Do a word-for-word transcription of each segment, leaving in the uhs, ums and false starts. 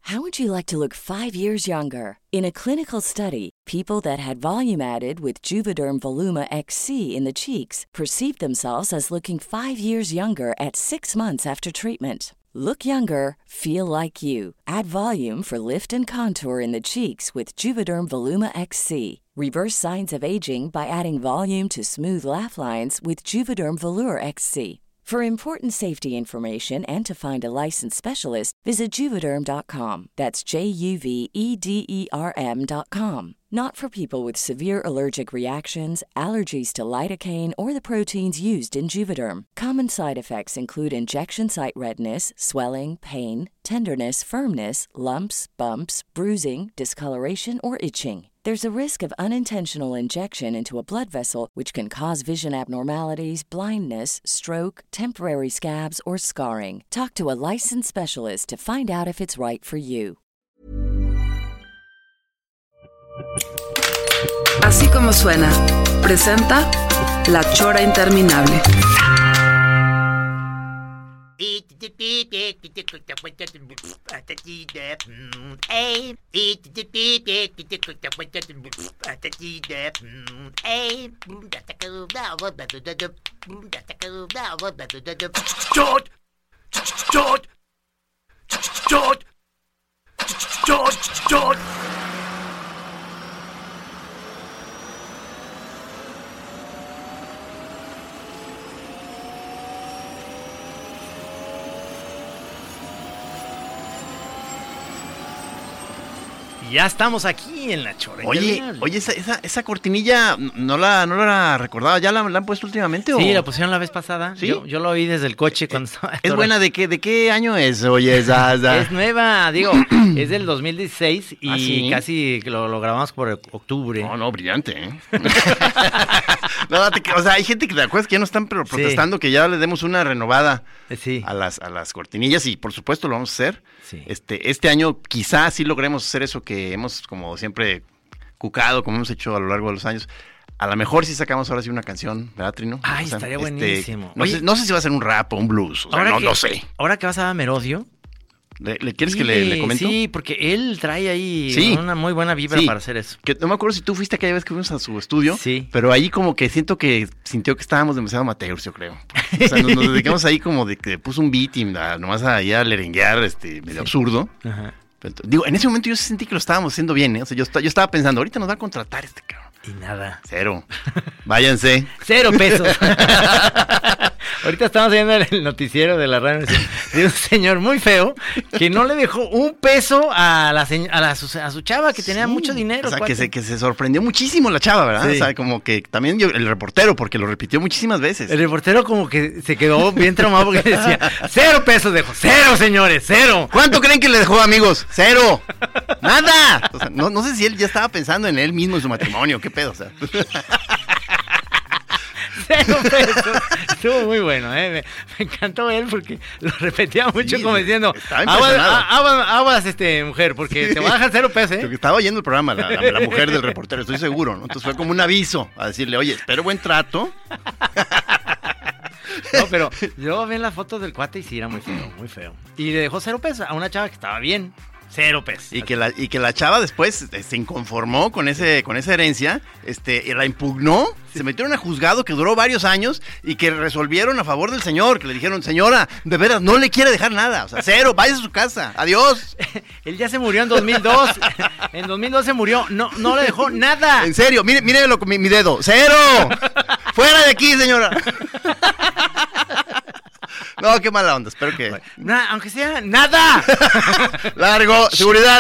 How would you like to look five years younger? In a clinical study, people that had volume added with Juvederm Voluma X C in the cheeks perceived themselves as looking five years younger at six months after treatment. Look younger, feel like you. Add volume for lift and contour in the cheeks with Juvederm Voluma X C. Reverse signs of aging by adding volume to smooth laugh lines with Juvederm Volure X C. For important safety information and to find a licensed specialist, visit Juvederm dot com. That's J U V E D E R M dot com. Not for people with severe allergic reactions, allergies to lidocaine, or the proteins used in Juvederm. Common side effects include injection site redness, swelling, pain, tenderness, firmness, lumps, bumps, bruising, discoloration, or itching. There's a risk of unintentional injection into a blood vessel, which can cause vision abnormalities, blindness, stroke, temporary scabs, or scarring. Talk to a licensed specialist to find out if it's right for you. Así como suena, presenta La Chora Interminable. George! George! George! George! George! Ya estamos aquí en La Chora Oye, Interminable. oye, esa, esa, esa cortinilla no la, no la recordaba, ¿ya la, la han puesto últimamente? Sí, o? la pusieron la vez pasada. ¿Sí? Yo, yo lo oí desde el coche cuando estaba. ¿Es buena de qué, de qué año es? Oye, esa, esa. Es nueva, digo, es del dos mil dieciséis y ¿Ah, sí? casi lo, lo grabamos por octubre. No, no, brillante, ¿eh? No, te, o sea, hay gente que te acuerdas que ya no están pero protestando Sí. que ya le demos una renovada Sí. a las a las cortinillas y por supuesto lo vamos a hacer. Sí. Este este año quizás sí logremos hacer eso que hemos como siempre cucado, como hemos hecho a lo largo de los años. A lo mejor sí sacamos ahora sí una canción, ¿verdad, Trino? Ay, O sea, estaría este, buenísimo. No, Oye, sé, no sé si va a ser un rap o un blues, o sea, ahora no, que, no sé. Ahora que vas a Merodio. ¿Le, le quieres que le, le comento? Sí, porque él trae ahí Sí. una muy buena vibra Sí. para hacer eso. Que no me acuerdo si tú fuiste aquella vez que fuimos a su estudio, Sí. pero ahí como que siento que sintió que estábamos demasiado amateurs, yo creo. O sea, nos, nos dedicamos ahí como de que puso un beat y a- nomás ahí a lerenguear, este, medio Sí. absurdo. Ajá. Pero, digo, en ese momento yo sentí que lo estábamos haciendo bien, ¿eh? O sea, yo, esta- yo estaba pensando, ahorita nos va a contratar este cabrón. Y nada. Cero. Váyanse. Cero pesos. Ahorita estamos viendo el noticiero de la radio de un señor muy feo que no le dejó un peso a la señ- a, la, su, a su chava que tenía Sí. mucho dinero. O sea, cuate. que se, que se sorprendió muchísimo la chava, ¿verdad? Sí. O sea, como que también yo, el reportero, porque lo repitió muchísimas veces. El reportero como que se quedó bien traumado porque decía, cero pesos dejó, cero señores, cero. ¿Cuánto creen que le dejó, amigos? ¡Cero! ¡Nada! O sea, no, no sé si él ya estaba pensando en él mismo, en su matrimonio, qué pedo, o sea. Cero pesos. Estuvo muy bueno, ¿eh? Me, me encantó él porque lo repetía mucho Sí, como sí, diciendo, estaba aguas, impresionado. a- aguas, aguas, este, mujer, porque te voy a dejar cero pesos, Porque ¿eh? estaba oyendo el programa, la, la- la mujer del reportero, estoy seguro, ¿no? Entonces fue como un aviso a decirle, oye, espero buen trato. No, pero yo vi la foto del cuate y sí era muy feo, muy feo. Y le dejó cero pesos a una chava que estaba bien. Cero pesos. Y que la, y que la chava después este, se inconformó con ese, con esa herencia, este, y la impugnó, se metieron a juzgado que duró varios años y que resolvieron a favor del señor, que le dijeron, señora, de veras, no le quiere dejar nada, o sea, cero, vaya a su casa, adiós. Él ya se murió en dos mil dos. En dos mil dos se murió. No, no le dejó nada. En serio, mire, mírelo con mi, mi dedo, cero, fuera de aquí, señora. No, qué mala onda, espero que... Na- aunque sea nada. Largo, seguridad.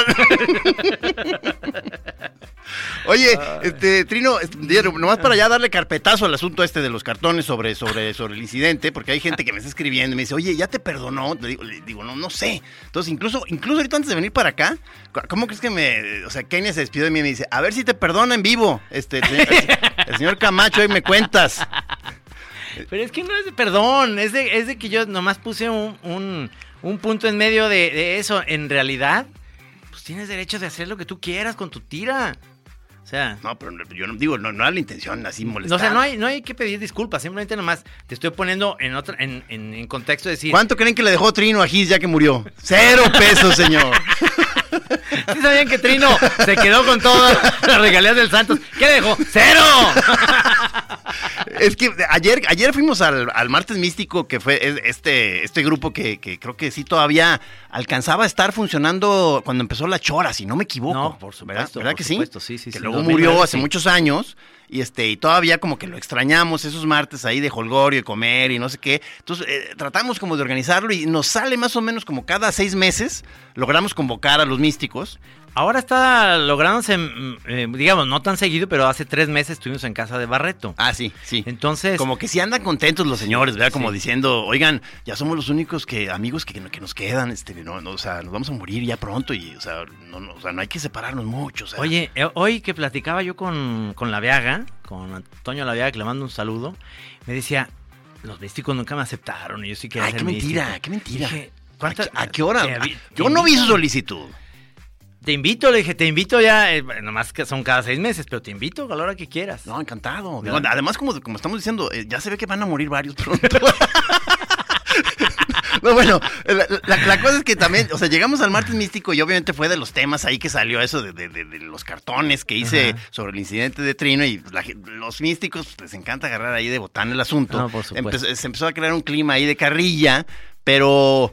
Oye, este, Trino, este, nomás para ya darle carpetazo al asunto este de los cartones sobre, sobre, sobre el incidente, porque hay gente que me está escribiendo y me dice, oye, ¿ya te perdonó? Le digo, le digo no, no sé. Entonces, incluso, incluso ahorita antes de venir para acá, ¿cómo crees que me, o sea, Kenia se despidió de mí y me dice, a ver si te perdona en vivo, este, el señor, el señor Camacho, ahí me cuentas. Pero es que no es de perdón. Es de, es de que yo nomás puse un, un, un punto en medio de, de eso. En realidad, pues tienes derecho de hacer lo que tú quieras con tu tira. O sea... No, pero yo no digo, no, no era la intención así No, molestar. o sea, no hay, no hay que pedir disculpas, simplemente nomás te estoy poniendo en otra, en, en, en contexto de decir. ¿Cuánto creen que le dejó Trino a Gis ya que murió? Cero pesos, señor. ¿Sí sabían que Trino se quedó con todas las regalías del Santos? ¿Qué dejó? ¡Cero! Es que ayer, ayer fuimos al, al Martes Místico, que fue este, este grupo que, que creo que sí todavía alcanzaba a estar funcionando cuando empezó La Chora, si no me equivoco. No, por supuesto. ¿Verdad, ¿verdad por que supuesto, sí? sí, sí, que sí, luego dos mil nueve, murió hace sí. muchos años. Y este, y todavía como que lo extrañamos, esos martes ahí de holgorio y comer y no sé qué. Entonces, eh, tratamos como de organizarlo y nos sale más o menos como cada seis meses, logramos convocar a los místicos. Ahora está lográndose, eh, digamos, no tan seguido, pero hace tres meses estuvimos en casa de Barreto. Ah, sí, sí. Entonces... Como que sí andan contentos los señores, ¿verdad? Como Sí. diciendo, oigan, ya somos los únicos que amigos que, que nos quedan, este, no, no, o sea, nos vamos a morir ya pronto y, o sea, no, no, o sea, no hay que separarnos mucho, o sea. Oye, eh, hoy que platicaba yo con, con La Viaga, con Antonio La Viaga, que le mando un saludo, me decía, los místicos nunca me aceptaron y yo sí quería Ay, ser qué mentira, místico. qué mentira. Dije, ¿A, ¿cuántas- qué- a qué hora? te avi- Yo te no vi su invito. solicitud. Te invito, le dije, te invito ya, eh, nomás que son cada seis meses, pero te invito a la hora que quieras. No, encantado. Digo, ¿Verdad? además, como, como estamos diciendo, eh, ya se ve que van a morir varios pronto. No, bueno, la, la- la cosa es que también, o sea, llegamos al Martes Místico y obviamente fue de los temas ahí que salió eso de, de- de- de los cartones que hice Ajá. sobre el incidente de Trino y la gen- los místicos pues, les encanta agarrar ahí de botán el asunto. No, por supuesto. Empezó- se empezó a crear un clima ahí de carrilla, pero...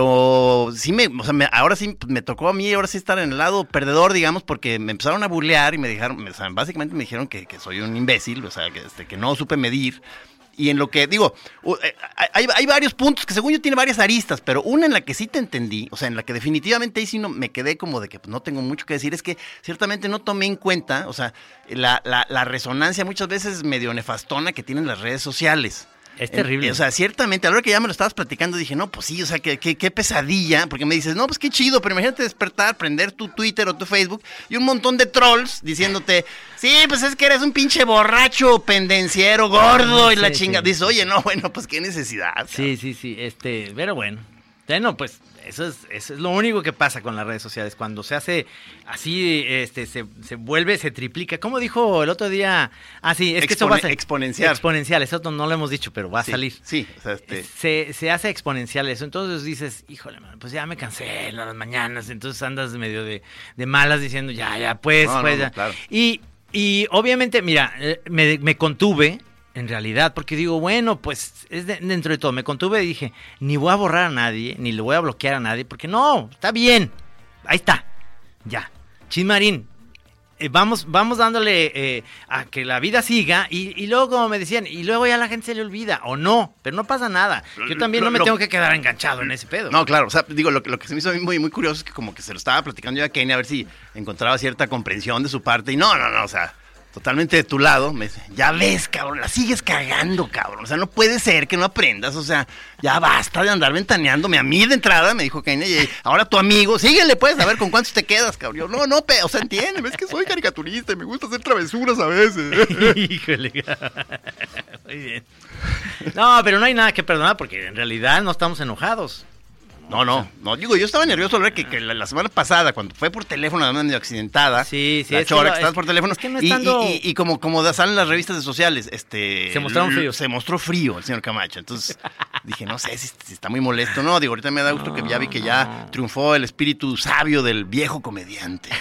Pero sí me, o sea, me- ahora sí me tocó a mí, ahora sí estar en el lado perdedor, digamos, porque me empezaron a burlear y me dejaron, o sea, básicamente me dijeron que, que soy un imbécil, o sea, que, este, que no supe medir. Y en lo que, digo, u- eh, hay, hay varios puntos que según yo tiene varias aristas, pero una en la que sí te entendí, o sea, en la que definitivamente ahí sí no, me quedé como de que pues, no tengo mucho que decir, es que ciertamente no tomé en cuenta, o sea, la, la, la resonancia muchas veces medio nefastona que tienen las redes sociales. Es terrible. En- o sea, ciertamente, a la hora que ya me lo estabas platicando, dije, no, pues sí, o sea, qué, qué, qué pesadilla, porque me dices, no, pues qué chido, pero imagínate despertar, prender tu Twitter o tu Facebook y un montón de trolls diciéndote, sí, pues es que eres un pinche borracho, pendenciero, gordo y Sí, la chinga. sí. Dices, oye, no, bueno, pues qué necesidad. Sí, sí, sí, este, pero bueno. Bueno, pues eso es, eso es lo único que pasa con las redes sociales. Cuando se hace así, este, se, se vuelve, se triplica. ¿Cómo dijo el otro día? Ah, sí, es que eso va a Expone- ser exponencial. Exponencial, eso no lo hemos dicho, pero va a Sí, salir. Sí, o sea, este... Se, se hace exponencial eso. Entonces dices, híjole, man, pues ya me cansé en las mañanas. Entonces andas medio de, de malas diciendo, ya, ya, pues, No, no, pues. no, ya. claro. Y, y obviamente, mira, eh, me, me contuve. En realidad, porque digo, bueno, pues es de- dentro de todo, me contuve y dije, ni voy a borrar a nadie, ni le voy a bloquear a nadie, porque no, está bien, ahí está, ya, Chismarín, eh, vamos, vamos dándole eh, a que la vida siga y, y luego, como me decían, y luego ya la gente se le olvida, o no, pero no pasa nada, yo también no me Lo- tengo que quedar enganchado en ese pedo. No, claro, o sea, digo, lo, que- lo que se me hizo a mí muy, muy curioso es que como que se lo estaba platicando yo a Kenny a ver si encontraba cierta comprensión de su parte y no, no, no, o sea, totalmente de tu lado, me dice, ya ves, cabrón, la sigues cagando, cabrón, o sea, no puede ser que no aprendas, o sea, ya basta de andar ventaneándome a mí de entrada, me dijo Kenny, y ahora tu amigo, síguele, pues, a ver con cuántos te quedas, cabrón. Yo, no, no, pe, o sea, entiende, ves que soy caricaturista y me gusta hacer travesuras a veces. Híjole. Muy bien. No, pero no hay nada que perdonar porque en realidad no estamos enojados. No, no, no, digo, yo estaba nervioso al ver que, que la, la semana pasada, cuando fue por teléfono, además medio accidentada, Sí, sí, la es que chora lo- que estabas es- por teléfono, es que no y, estando- y- y- y como, como da- salen las revistas de sociales, este... Se mostraron l- fríos. Se mostró frío el señor Camacho, entonces dije, no sé si, si está muy molesto, no, digo, ahorita me da gusto que ya vi que ya no. triunfó el espíritu sabio del viejo comediante.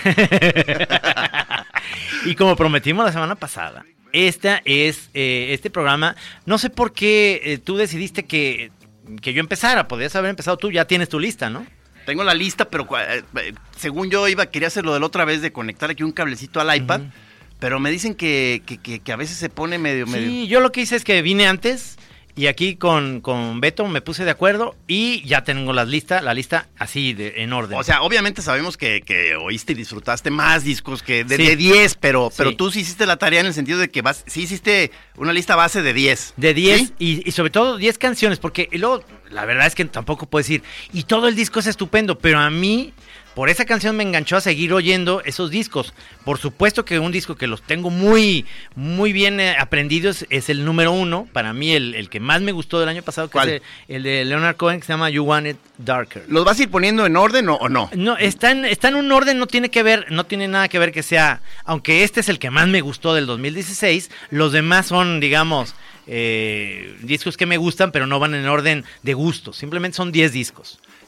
Y como prometimos la semana pasada, esta es eh, este programa. No sé por qué eh, tú decidiste que, que yo empezara. Podrías haber empezado tú, ya tienes tu lista, ¿no? Tengo la lista, pero cua- eh, eh, según yo iba, quería hacer lo de la otra vez de conectar aquí un cablecito al iPad, Ujú. pero me dicen que, que, que, que a veces se pone medio, medio... Sí, yo lo que hice es que vine antes y aquí con, con Beto me puse de acuerdo y ya tengo la lista, la lista así de, en orden. O sea, obviamente sabemos que, que oíste y disfrutaste más discos que de Sí. de diez, pero, pero Sí. tú sí hiciste la tarea en el sentido de que vas, sí hiciste una lista base de diez. De diez ¿Sí? y, y sobre todo diez canciones, porque y luego la verdad es que tampoco puedo decir, y todo el disco es estupendo, pero a mí, por esa canción me enganchó a seguir oyendo esos discos. Por supuesto que un disco que los tengo muy, muy bien eh, aprendidos es el número uno, para mí el, el que más me gustó del año pasado, que ¿Cuál? es el, el de Leonard Cohen, que se llama You Want It Darker. ¿Los vas a ir poniendo en orden o, o no? No, está en, está en un orden, no tiene que ver, no tiene nada que ver que sea, aunque este es el que más me gustó del dos mil dieciséis, los demás son, digamos, eh, discos que me gustan, pero no van en orden de gusto, simplemente son diez discos.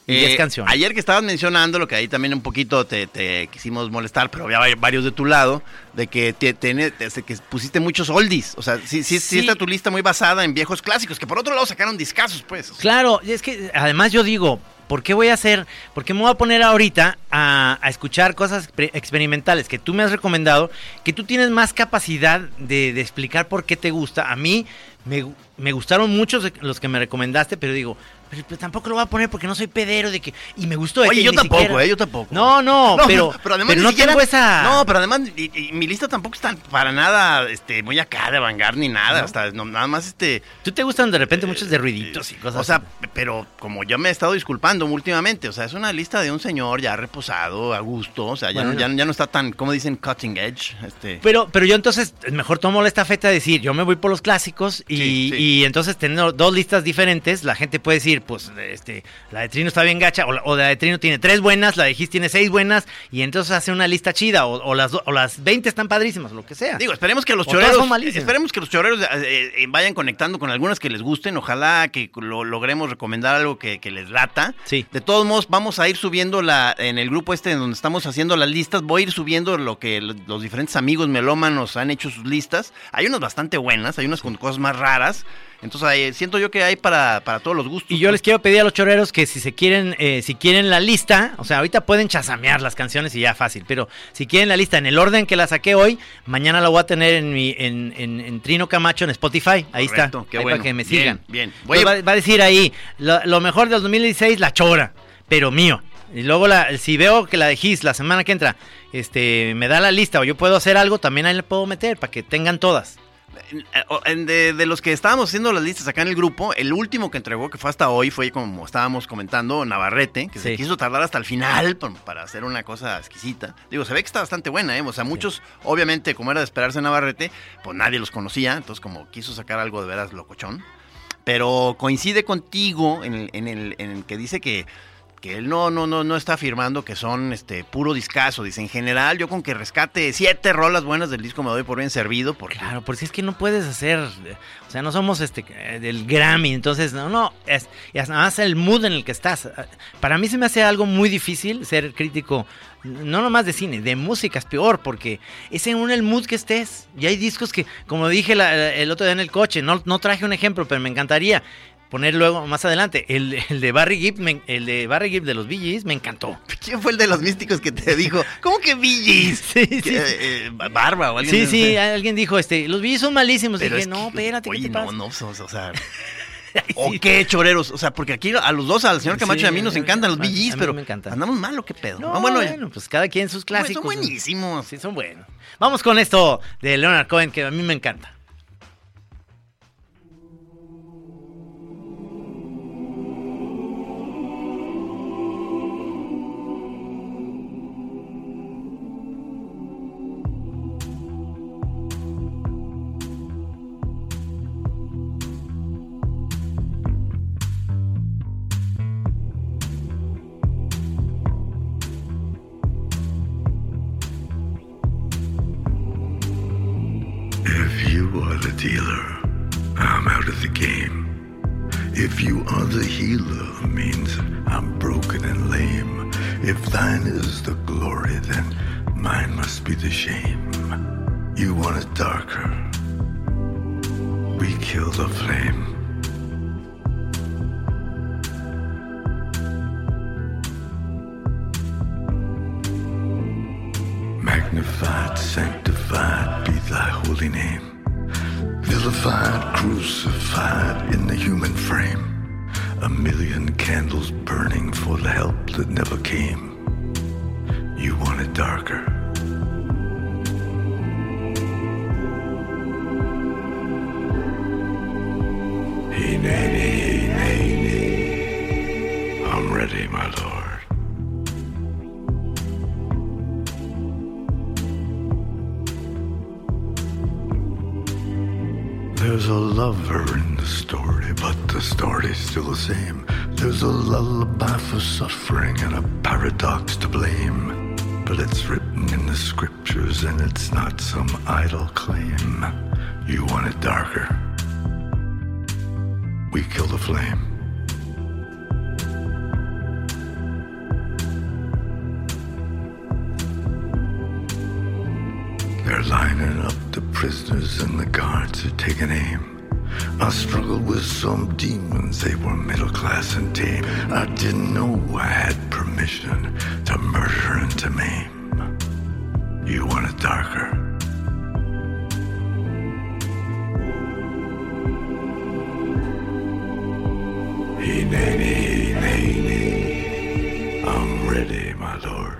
y diez canciones. Ayer que estabas mencionando, lo que ahí también un poquito te, te quisimos molestar, pero había varios de tu lado, de que, te, te, te, que pusiste muchos oldies. O sea, sí, sí, sí. sí está tu lista muy basada en viejos clásicos, que por otro lado sacaron discazos, pues. O sea. Claro, y es que además yo digo, ¿por qué voy a hacer, por qué me voy a poner ahorita a, a escuchar cosas experimentales que tú me has recomendado, que tú tienes más capacidad de, de explicar por qué te gusta? A mí me, me gustaron muchos los que me recomendaste, pero digo, pero, pero tampoco lo voy a poner porque no soy pedero de que, y me gustó. Oye, este, yo ni tampoco, siquiera... eh, yo tampoco. No, no, no pero, pero, además pero no siquiera, tengo esa... No, pero además y, y, mi lista tampoco está para nada este, muy acá de vanguard ni nada, ¿no? Hasta no, nada más este... ¿Tú te gustan de repente muchos de ruiditos y cosas? O sea, pero como yo me he estado disculpando últimamente, o sea, es una lista de un señor ya reposado, a gusto, o sea, ya, bueno. no, ya, ya no está tan, como dicen, cutting edge. Este... Pero, pero yo entonces mejor tomo la estafeta de decir, yo me voy por los clásicos y, sí, sí. y entonces teniendo dos listas diferentes, la gente puede decir, pues, este, la de Trino está bien gacha, o la, o la de Trino tiene tres buenas, la de Gis tiene seis buenas, y entonces hace una lista chida, o, o, las, o las veinte están padrísimas, lo que sea. Digo, esperemos que los o choreros, esperemos que los choreros eh, eh, vayan conectando con algunas que les gusten, ojalá que lo, logremos recomendar algo que, que les lata. Sí. De todos modos, vamos a ir subiendo la, en el grupo este en donde estamos haciendo las listas, voy a ir subiendo lo que los diferentes amigos melómanos han hecho sus listas. Hay unas bastante buenas, hay unas con cosas más raras. Entonces hay, siento yo que hay para, para todos los gustos. Y yo les quiero pedir a los choreros que si se quieren, eh, si quieren la lista, o sea, ahorita pueden chasamear las canciones y ya fácil, pero si quieren la lista en el orden que la saqué hoy, mañana la voy a tener en mi, en, en, en Trino Camacho en Spotify. Ahí Correcto, está, qué ahí bueno. Para que me bien, sigan. Bien, voy a... va, va a decir ahí, lo, lo mejor del dos mil dieciséis, La Chora, pero mío. Y luego la, si veo que la de Gis la semana que entra, este, me da la lista o yo puedo hacer algo, también ahí le puedo meter para que tengan todas. De, de los que estábamos haciendo las listas acá en el grupo, el último que entregó, que fue hasta hoy, fue como estábamos comentando, Navarrete, que sí. se quiso tardar hasta el final para hacer una cosa exquisita. Digo, se ve que está bastante buena, ¿eh? O sea, muchos, sí. obviamente, como era de esperarse Navarrete, pues nadie los conocía, entonces como quiso sacar algo de veras locochón. Pero coincide contigo en el, en el, en el que dice que que él no, no, no, no está afirmando que son este puro discazo. Dice, en general, yo con que rescate siete rolas buenas del disco me doy por bien servido. Porque... Claro, porque es que no puedes hacer, o sea, no somos este del Grammy, entonces, no, no, es, es nada más el mood en el que estás. Para mí se me hace algo muy difícil ser crítico, no nomás de cine, de música es peor, porque es en el mood que estés. Y hay discos que, como dije la, el otro día en el coche, no, no traje un ejemplo, pero me encantaría poner luego más adelante el, el de Barry Gibb, me, el de Barry Gibb de los Bee Gees me encantó. ¿Quién fue el de los místicos que te dijo? ¿Cómo que Bee Gees? Sí, sí, sí. Eh, eh, Barba o alguien. Sí, sí, alguien dijo, este, los Bee Gees son malísimos. Pero dije, no, que, espérate, oye, ¿qué te no, pasa? no, o sea, ¿o qué, choreros? O sea, porque aquí a los dos, al señor Camacho sí, y a mí nos encantan los Bee Gees, pero me encanta. Andamos mal, ¿o qué pedo? No, ah, bueno, bueno, pues cada quien sus clásicos. Pues son buenísimos. Sí, son buenos. Vamos con esto de Leonard Cohen, que a mí me encanta. Dealer, I'm out of the game. If you are the healer, means I'm broken and lame. If thine is the glory, then mine must be the shame. You want it darker, we kill the flame. Magnified, sanctified be thy holy name. Vilified, crucified in the human frame. A million candles burning for the help that never came. You want it darker. Hey, nay, nay, nay, nay. I'm ready, my lord. There's a lover in the story, but the story's still the same. There's a lullaby for suffering and a paradox to blame. But it's written in the scriptures and it's not some idle claim. You want it darker, we kill the flame. They're lining up the prisoners and the guards are taking aim. I struggled with some demons, they were middle class and tame. I didn't know I had permission to murder and to maim. You want it darker? Hey, nay, nay, nay, nay. I'm ready, my lord.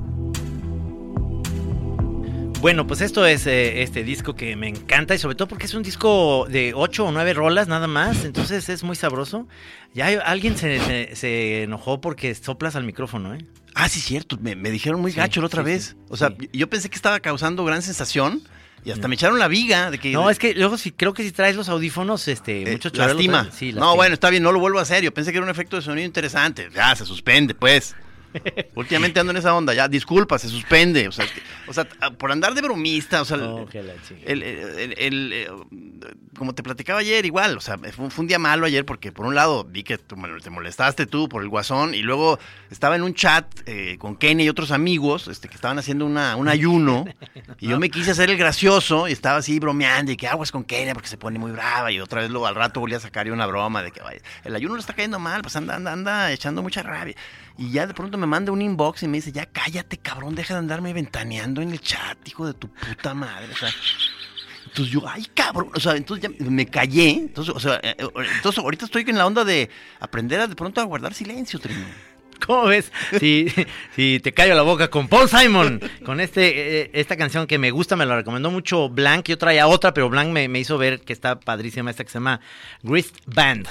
Bueno, pues esto es eh, este disco que me encanta y sobre todo porque es un disco de ocho o nueve rolas nada más, entonces es muy sabroso. Ya hay, alguien se, se, se enojó porque soplas al micrófono, ¿eh? Ah, sí, cierto, me, me dijeron muy Sí, gacho la otra sí, vez. sí, o sea, sí. yo pensé que estaba causando gran sensación y hasta me echaron la viga de que... No, es que luego si creo que si traes los audífonos, este, eh, mucho chorreo. lastima. Sí, No, lastima. bueno, está bien, no lo vuelvo a hacer. Yo pensé que era un efecto de sonido interesante. Ya, se suspende, pues. Últimamente ando en esa onda, ya, disculpa, se suspende. O sea, que- o sea por andar de bromista, o sea, el- Oh, que la chica. el, el- el- el, eh, como te platicaba ayer, igual, o sea, fue, fue un día malo ayer porque por un lado vi que tú, te molestaste tú por el guasón y luego estaba en un chat eh, con Kenny y otros amigos este, que estaban haciendo una, un ayuno y yo me quise hacer el gracioso y estaba así bromeando y que aguas con Kenny porque se pone muy brava y otra vez luego al rato volví a sacar yo una broma de que "Ay, el ayuno le está cayendo mal, pues anda, anda, anda echando mucha rabia". Y ya de pronto me manda un inbox y me dice, ya cállate, cabrón, deja de andarme ventaneando en el chat, hijo de tu puta madre. O sea, entonces yo, ay, cabrón, o sea, entonces ya me callé. Entonces, o sea, eh, eh, entonces ahorita estoy en la onda de aprender a de pronto a guardar silencio, Trino. ¿Cómo ves? Si, si te callo la boca con Paul Simon, con este eh, esta canción que me gusta, me la recomendó mucho Blanc. Yo traía otra, pero Blanc me, me hizo ver que está padrísima esta que se llama Grist Band.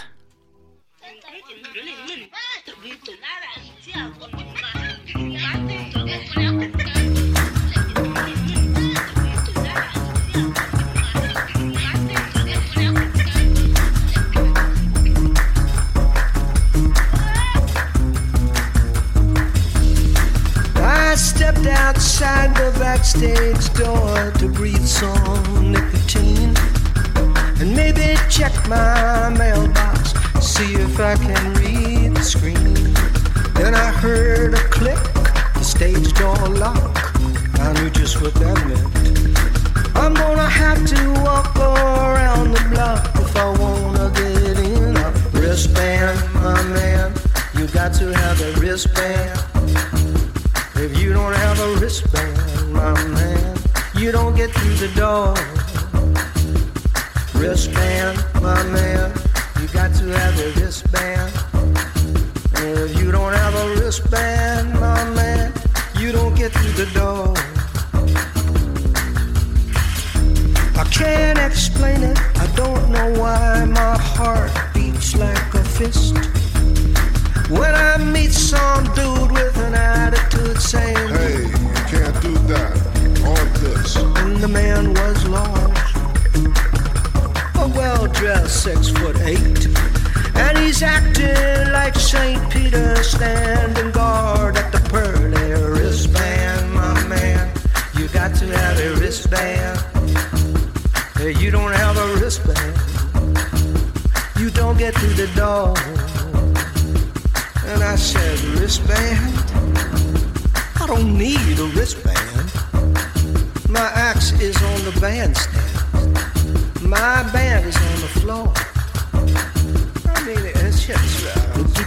I stepped outside the backstage door to breathe some nicotine and maybe check my mailbox, see if I can read the screen. Then I heard a click, the stage door lock. I knew just what that meant. I'm gonna have to walk around the block if I wanna get in. A wristband, my man, you got to have a wristband. If you don't have a wristband, my man, you don't get through the door. Wristband, my man, you got to have a wristband. And if you don't have a wristband, my man, you don't get through the door. I can't explain it, I don't know why my heart beats like a fist when I meet some dude with an attitude saying, Hey, you can't do that. On this. and the man was large, a well-dressed six foot eight, and he's acting like Saint Peter standing guard at the pearly wristband. My man, you got to have a wristband. If you don't have a wristband, you don't get through the door. And I said, wristband? I don't need a wristband. My axe is on the bandstand. My band is on the floor. I mean, it's just right.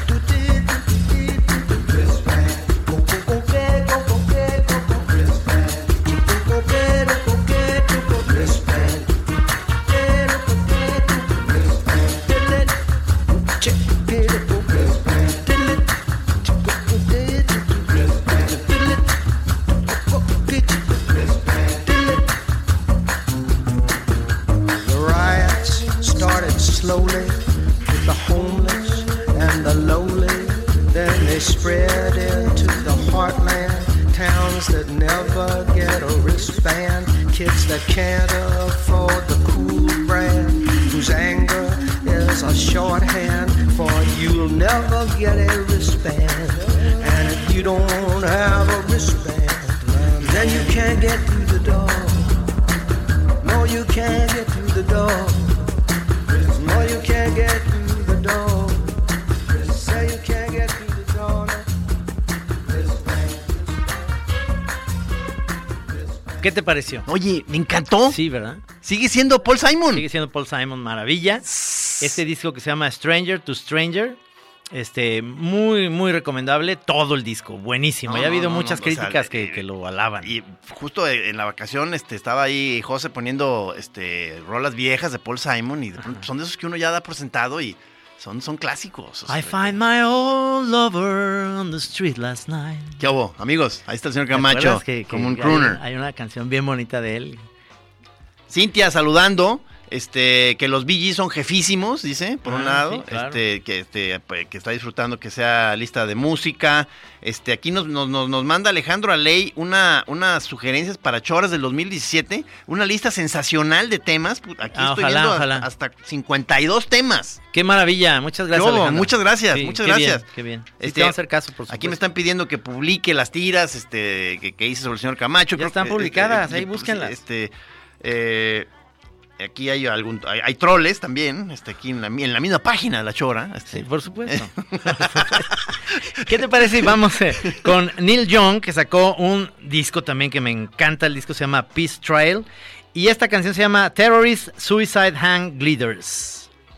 The riots started slowly with the homeless and the lowly. Then they spread into the heartland, towns that never get a wristband, kids that can't afford the cool brand, whose anger is a shorthand for you'll never get a wristband. And if you don't have a wristband, then you can't get through the door. No, you can't get through the door. No, you can't get through the door. Say you can't get through the door. No. ¿Qué te pareció? Oye, me encantó. Sí, ¿verdad? Sigue siendo Paul Simon. Sigue siendo Paul Simon, maravilla. Este disco que se llama Stranger to Stranger, este, muy, muy recomendable. Todo el disco, buenísimo. No, ya ha habido no, no, muchas no, críticas o sea, que, eh, que lo alaban. Y justo en la vacación este, estaba ahí José poniendo este, rolas viejas de Paul Simon y de pronto son de esos que uno ya da por sentado y son, son clásicos. O sea, I find my old lover on the street last night. ¿Qué hubo, amigos? Ahí está el señor ¿Te Camacho, acuerdas que- que como un hay- crooner. Hay una canción bien bonita de él. Cintia saludando, este, que los Bee Gees son jefísimos, dice, por un Ah, lado, sí, claro. este, que, este, pues, que está disfrutando que sea lista de música. Este, aquí nos, nos, nos, nos manda Alejandro Aley una, unas sugerencias para Choras del dos mil diecisiete, una lista sensacional de temas. Aquí Ah, estoy ojalá, viendo ojalá. hasta, hasta cincuenta y dos temas. Qué maravilla, muchas gracias. Yo, Alejandro. muchas gracias, Sí, muchas qué gracias. bien, qué bien. Sí, Este, te vamos a hacer caso, por supuesto. Aquí me están pidiendo que publique las tiras este, que, que hice sobre el señor Camacho. Ya Creo están que, publicadas, eh, ahí eh, búsquenlas. Este, eh, aquí hay algún, hay, hay troles también, este, aquí en la, en la misma página de La Chora. Este. Sí, por supuesto. ¿Qué te parece? Vamos eh, con Neil Young, que sacó un disco también que me encanta. El disco se llama Peace Trail. Y esta canción se llama Terrorist Suicide Hang Gliders.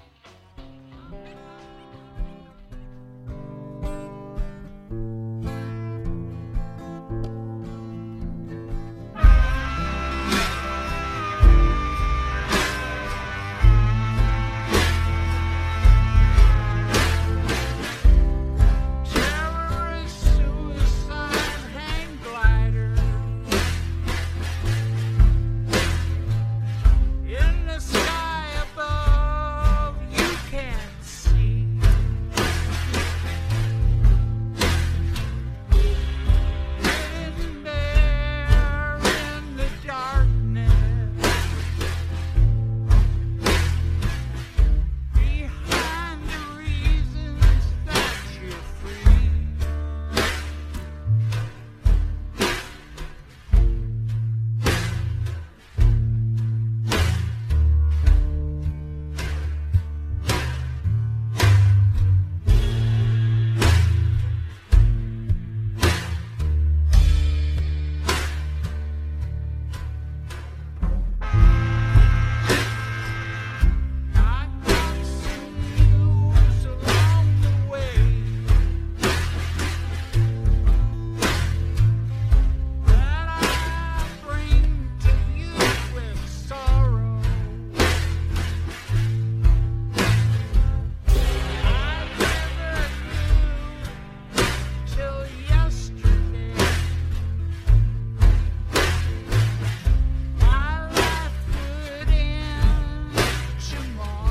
In the sky above, you can't see. Hidden there in the darkness, behind the reasons that you're free. I got some news along the way that I bring to you with sorrow. I never knew till yesterday my life would end tomorrow.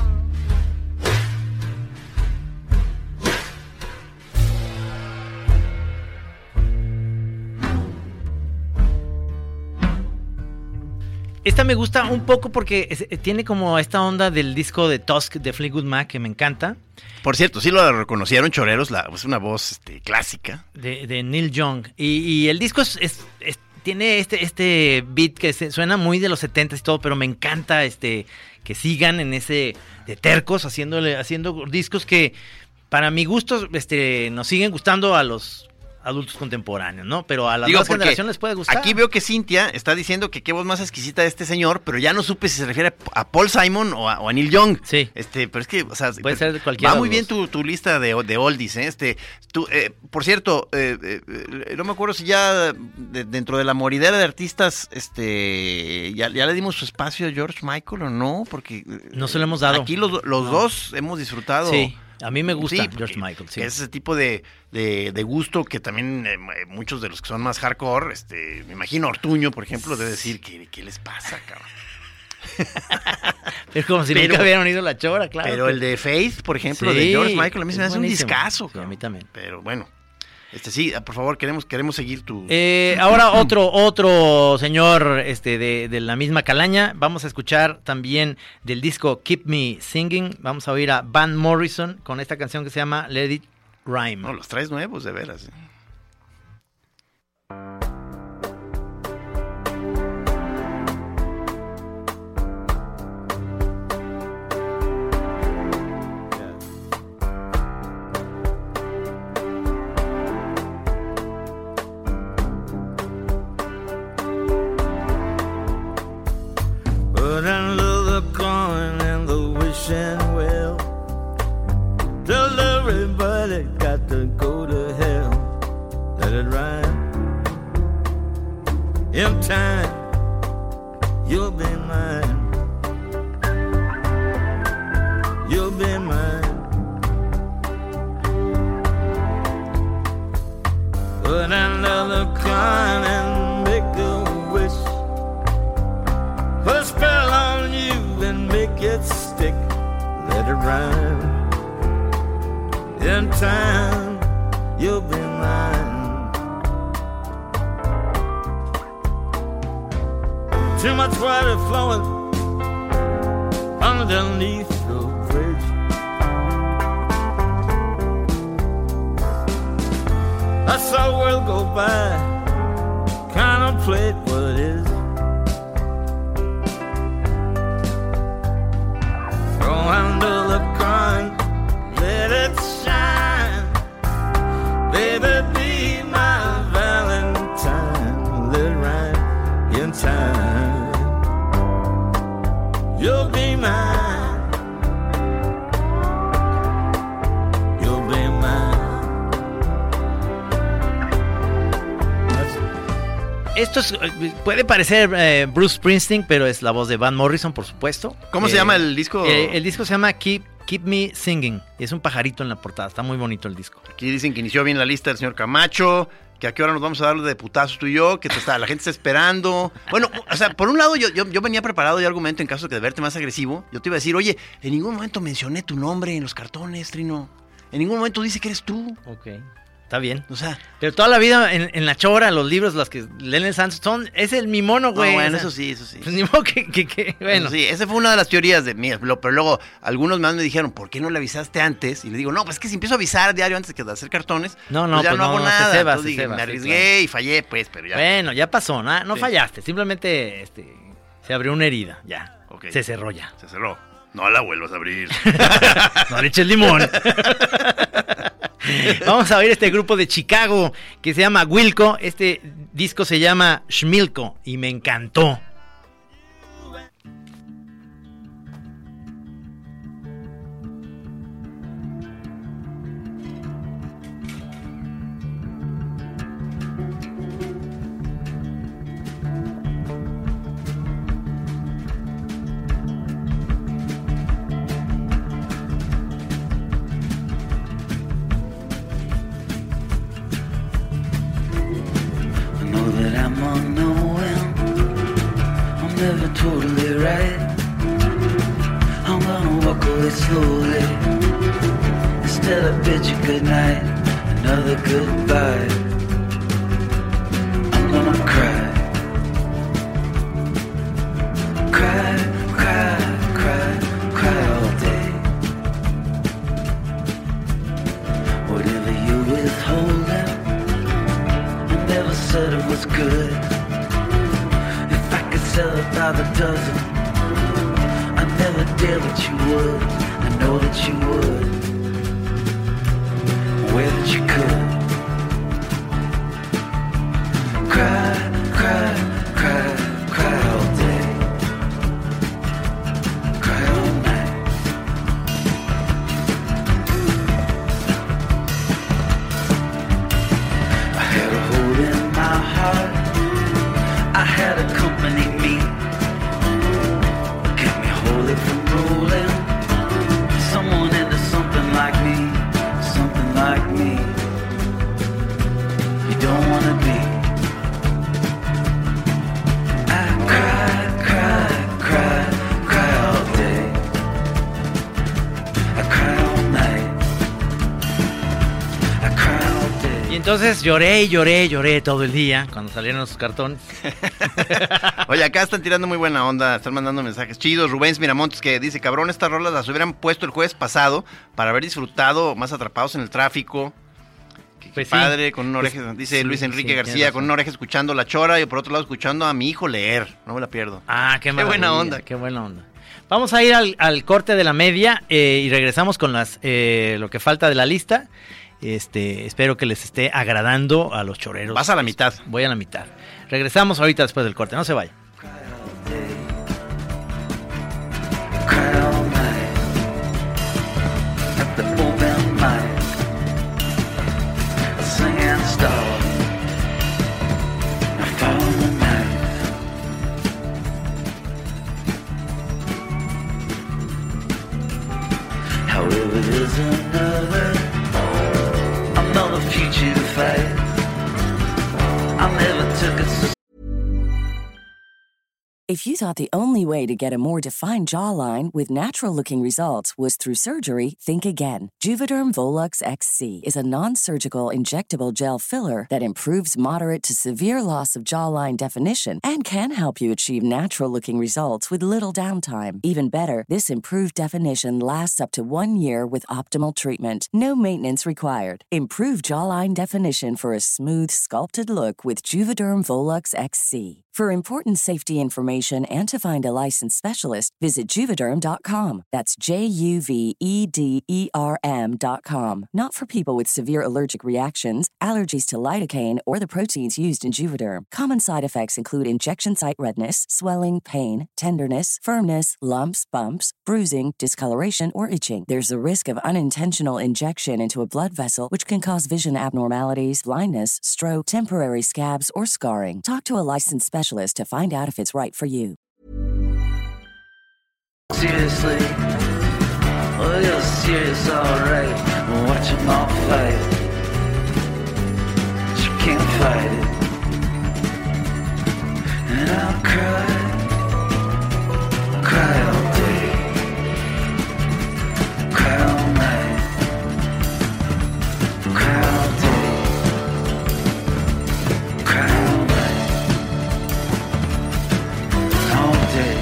Esta me gusta un poco porque es- tiene como esta onda del disco de Tusk de Fleetwood Mac que me encanta. Por cierto, sí lo reconocieron choreros, la, es una voz este, clásica. De, de Neil Young. Y, y el disco es, es- es- tiene este, este beat que se- suena muy de los setentas y todo, pero me encanta este que sigan en ese de tercos haciéndole, haciendo discos que para mi gusto este, nos siguen gustando a los adultos contemporáneos, ¿no? Pero a las Digo, nuevas porque generaciones les puede gustar. Aquí veo que Cintia está diciendo que qué voz más exquisita de este señor, pero ya no supe si se refiere a Paul Simon o a, o a Neil Young. Sí. Este, pero es que, o sea, Puede ser de cualquiera va de muy los bien dos. tu, tu lista de, de oldies, ¿eh? Este, tú, eh, por cierto, eh, eh, eh, no me acuerdo si ya de- dentro de la moridera de artistas, este, ya, ya le dimos su espacio a George Michael o no, porque eh, No se lo hemos dado. Aquí los, los No. dos hemos disfrutado. Sí, a mí me gusta Sí, George porque Michael, sí. Es ese tipo de, de, de gusto que también eh, muchos de los que son más hardcore, este, me imagino Ortuño, por ejemplo, debe decir, ¿qué, qué les pasa, cabrón? Es como si Pero- nunca hubieran oído La Chora, claro. Pero que- el de Faith, por ejemplo, Sí, de George Michael, a mí se me es hace un buenísimo. discazo, Sí, a cabrón. mí también. Pero bueno, este sí, por favor, queremos, queremos seguir tu... Eh, ahora otro, otro señor este, de, de la misma calaña. Vamos a escuchar también del disco Keep Me Singing. Vamos a oír a Van Morrison con esta canción que se llama Let It Rhyme. No, los traes nuevos, de veras. ¿eh? In time, you'll be mine. You'll be mine. Put another coin and make a wish. Put a spell on you and make it stick. Let it rhyme. In time, you'll be mine. Too much water flowing underneath the bridge. I saw the world go by, contemplate what is. Throw under the coin, let it shine. Baby, be my Valentine. Let it rhyme in time. You'll be mine. You'll be mine. Esto es, puede parecer eh, Bruce Springsteen, pero es la voz de Van Morrison, por supuesto. ¿Cómo eh, se llama el disco? Eh, el disco se llama Keep, Keep Me Singing. Y es un pajarito en la portada. Está muy bonito el disco. Aquí dicen que inició bien la lista del señor Camacho, que a qué hora nos vamos a dar de putazos tú y yo, que te está, la gente está esperando. Bueno, o sea, por un lado yo, yo, yo venía preparado de argumento en caso de que verte más agresivo. Yo te iba a decir, oye, en ningún momento mencioné tu nombre en los cartones, Trino. En ningún momento dice que eres tú. Ok. Está bien. O sea, pero toda la vida en, en la chora, los libros, los que leen el Santos, son, es el mi mono, güey. No, bueno, o sea, eso sí, eso sí. Pues ni modo que, que, que bueno. Eso sí, esa fue una de las teorías de mí. Pero luego algunos más me dijeron, ¿por qué no le avisaste antes? Y le digo, no, pues es que si empiezo a avisar diario antes de hacer cartones, no, no, pues ya pues no, no hago no, nada. Se ceba, Entonces se dije, ceba, me sí, arriesgué claro. y fallé, pues, pero ya. Bueno, ya pasó, no, no Sí. fallaste, simplemente este, se abrió una herida, ya. Okay. Se cerró ya. Se cerró. No la vuelvas a abrir. No le eches limón. Vamos a oír este grupo de Chicago que se llama Wilco. Este disco se llama Schmilko y me encantó. Never totally right. I'm gonna walk away slowly. Instead of bid you good night, another goodbye. I'm gonna cry. Cry, cry, cry, cry all day. Whatever you withholding, I never said it was good. Sell it by the dozen. I never did what you would. I know that you would. Where that you could. Cry, cry, cry, cry all day. Cry all night. I had a hole in my heart. I had a company me, kept me holy from rolling. Someone into something like me, something like me. You don't wanna be. I cry, cry, cry, cry all day. I cry all night. I cry all day. Y entonces lloré y lloré y lloré todo el día cuando salieron los cartones. Oye, acá están tirando muy buena onda, están mandando mensajes chidos. Rubén Miramontes que dice, cabrón, estas rolas las hubieran puesto el jueves pasado para haber disfrutado más atrapados en el tráfico. Qué, Pues qué sí. padre, con una oreja, Pues, dice sí, Luis Enrique sí, García, tienes con razón. una oreja escuchando La Chora y por otro lado escuchando a mi hijo leer. No me la pierdo. Ah, qué, Qué buena maravilla, onda. Qué buena onda. Vamos a ir al, al corte de la media eh, y regresamos con las eh, lo que falta de la lista. Este, espero que les esté agradando a los choreros. Vas a la mitad. Voy a la mitad. Regresamos ahorita después del corte, no se vaya. Cry all night at the mobile mic, a singing star. I fall in the night. it's a If you thought the only way to get a more defined jawline with natural-looking results was through surgery, think again. Juvederm Volux X C is a non-surgical injectable gel filler that improves moderate to severe loss of jawline definition and can help you achieve natural-looking results with little downtime. Even better, this improved definition lasts up to one year with optimal treatment. No maintenance required. Improve jawline definition for a smooth, sculpted look with Juvederm Volux X C. For important safety information and to find a licensed specialist, visit Juvederm dot com. That's J U V E D E R M dot com. Not for people with severe allergic reactions, allergies to lidocaine, or the proteins used in Juvederm. Common side effects include injection site redness, swelling, pain, tenderness, firmness, lumps, bumps, bruising, discoloration, or itching. There's a risk of unintentional injection into a blood vessel, which can cause vision abnormalities, blindness, stroke, temporary scabs, or scarring. Talk to a licensed specialist to find out if it's right for you. seriously. Oh, you're serious, alright. Watch them all fight. But you can't fight it. And I'll cry, cry all day, cry all night, cry all day, cry all night, all day.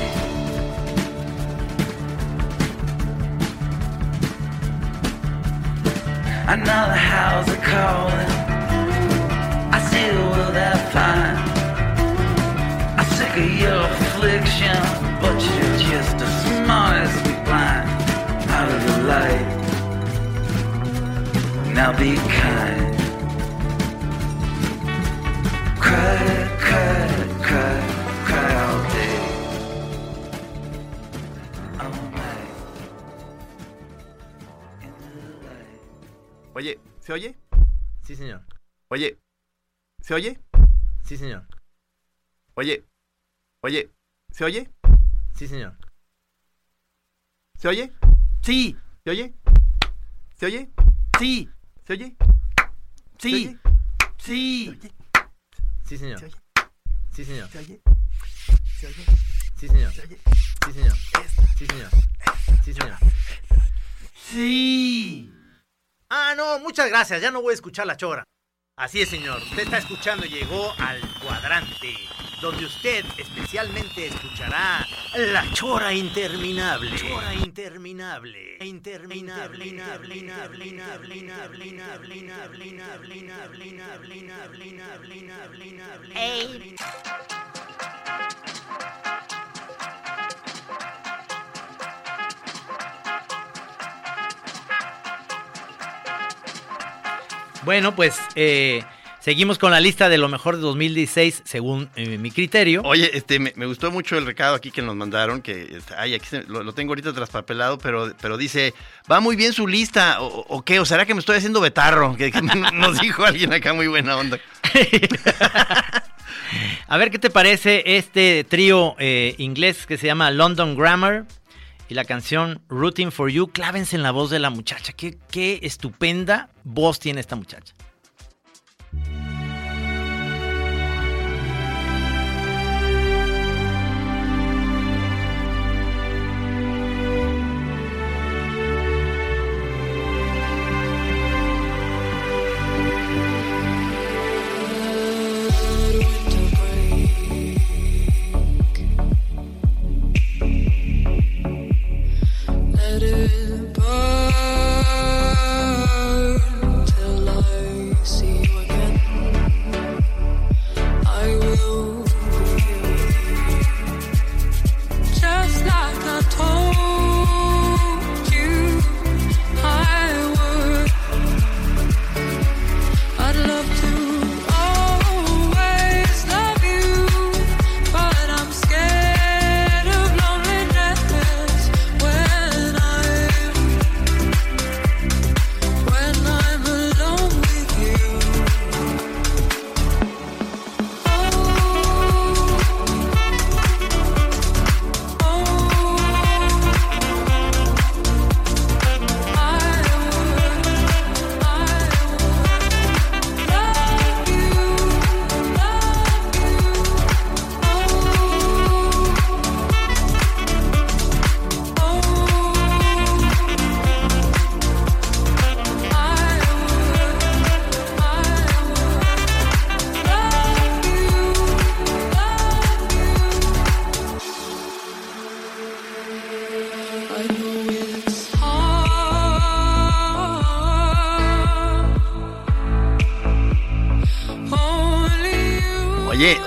I know the house are calling, I see the world that fine. I'm sick of your affliction, but you're just as smart as we blind. Out of the light, now be kind. Cry, cry, cry, cry all day, all night. Into the light. Oye, ¿se oye? Sí, señor. Oye, ¿se oye? Sí, señor. Oye, oye, ¿se oye? Sí, señor. ¿Se oye? Sí. ¿Se oye? ¿Se oye? Sí. ¿Se oye? Sí. ¿Se Sí. oye? Sí, señor. ¿Se oye? Sí, señor. ¿Se oye? ¿Se oye? Sí, señor. ¿Se oye? Sí, señor. Esta, Sí, señor. esta, Sí, señor. esta. Sí. Ah, no, muchas gracias. Ya no voy a escuchar la chora. Así es, señor. Usted está escuchando, llegó al cuadrante, donde usted especialmente escuchará la chora interminable. Chora interminable. Interminable. Interminable. Interminable. Interminable. Interminable. Interminable. Interminable. Interminable. Hey. Bueno, pues eh, seguimos con la lista de lo mejor de dos mil dieciséis, según eh, mi criterio. Oye, este, me, me gustó mucho el recado aquí que nos mandaron, que, este, ay, aquí se, lo, lo tengo ahorita traspapelado, pero, pero dice, va muy bien su lista, o, o qué, o será que me estoy haciendo betarro, que, que nos dijo alguien acá muy buena onda. A ver, ¿qué te parece este trío eh, inglés que se llama London Grammar? Y la canción Rooting for You. Clávense en la voz de la muchacha. Qué, qué estupenda voz tiene esta muchacha. Let it burn till I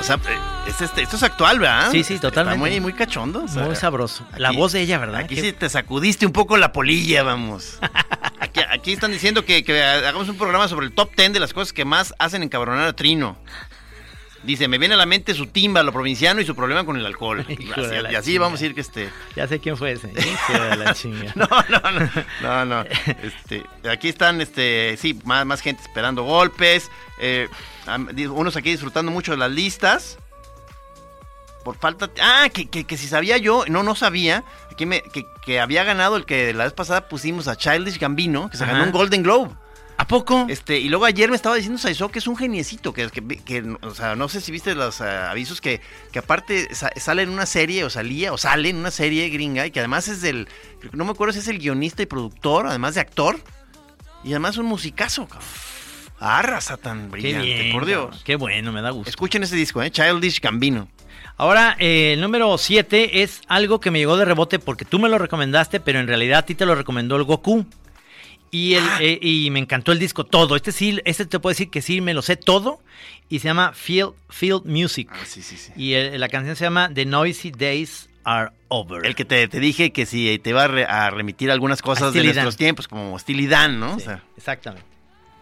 sea, es este, esto es actual, ¿verdad? Sí, sí, totalmente. Está muy, muy cachondo. O sea, muy sabroso. aquí, la voz de ella, ¿verdad? Aquí ¿Qué? sí te sacudiste un poco la polilla, vamos. Aquí, aquí están diciendo que, que hagamos un programa sobre el top ten de las cosas que más hacen encabronar a Trino. Dice, me viene a la mente su timba, lo provinciano y su problema con el alcohol. Y así, y así vamos a ir que este... Ya sé quién fue ese. Hijo de la chinga. No, no, no, no, no. Este, aquí están, este, sí, más, más gente esperando golpes. Eh, unos aquí disfrutando mucho de las listas. Por falta... Ah, que, que, que si sabía yo, no, no sabía, aquí me, que, que había ganado el que la vez pasada pusimos a Childish Gambino, que se Ajá. ganó un Golden Globe. ¿A poco? Este, y luego ayer me estaba diciendo Saizó que es un geniecito, que, que, que o sea, no sé si viste los uh, avisos que, que aparte sa- sale en una serie, o salía, o sale en una serie gringa, y que además es del, no me acuerdo si es el guionista y productor, además de actor, y además un musicazo, cabrón. Arra, tan brillante, qué bien, por Dios. Cabrón, qué bueno, me da gusto. Escuchen ese disco, ¿eh? Childish Gambino. Ahora, eh, el número siete es algo que me llegó de rebote porque tú me lo recomendaste, pero en realidad a ti te lo recomendó el Goku. Y, el, ah. eh, y me encantó el disco todo. Este sí, este te puedo decir que sí, me lo sé todo. Y se llama Field, Field Music. Ah, sí, sí, sí. Y el, la canción se llama The Noisy Days Are Over. El que te, te dije que si te iba a, re, a remitir algunas cosas de nuestros tiempos, como Steely Dan, ¿no? Sí, o sea. Exactamente.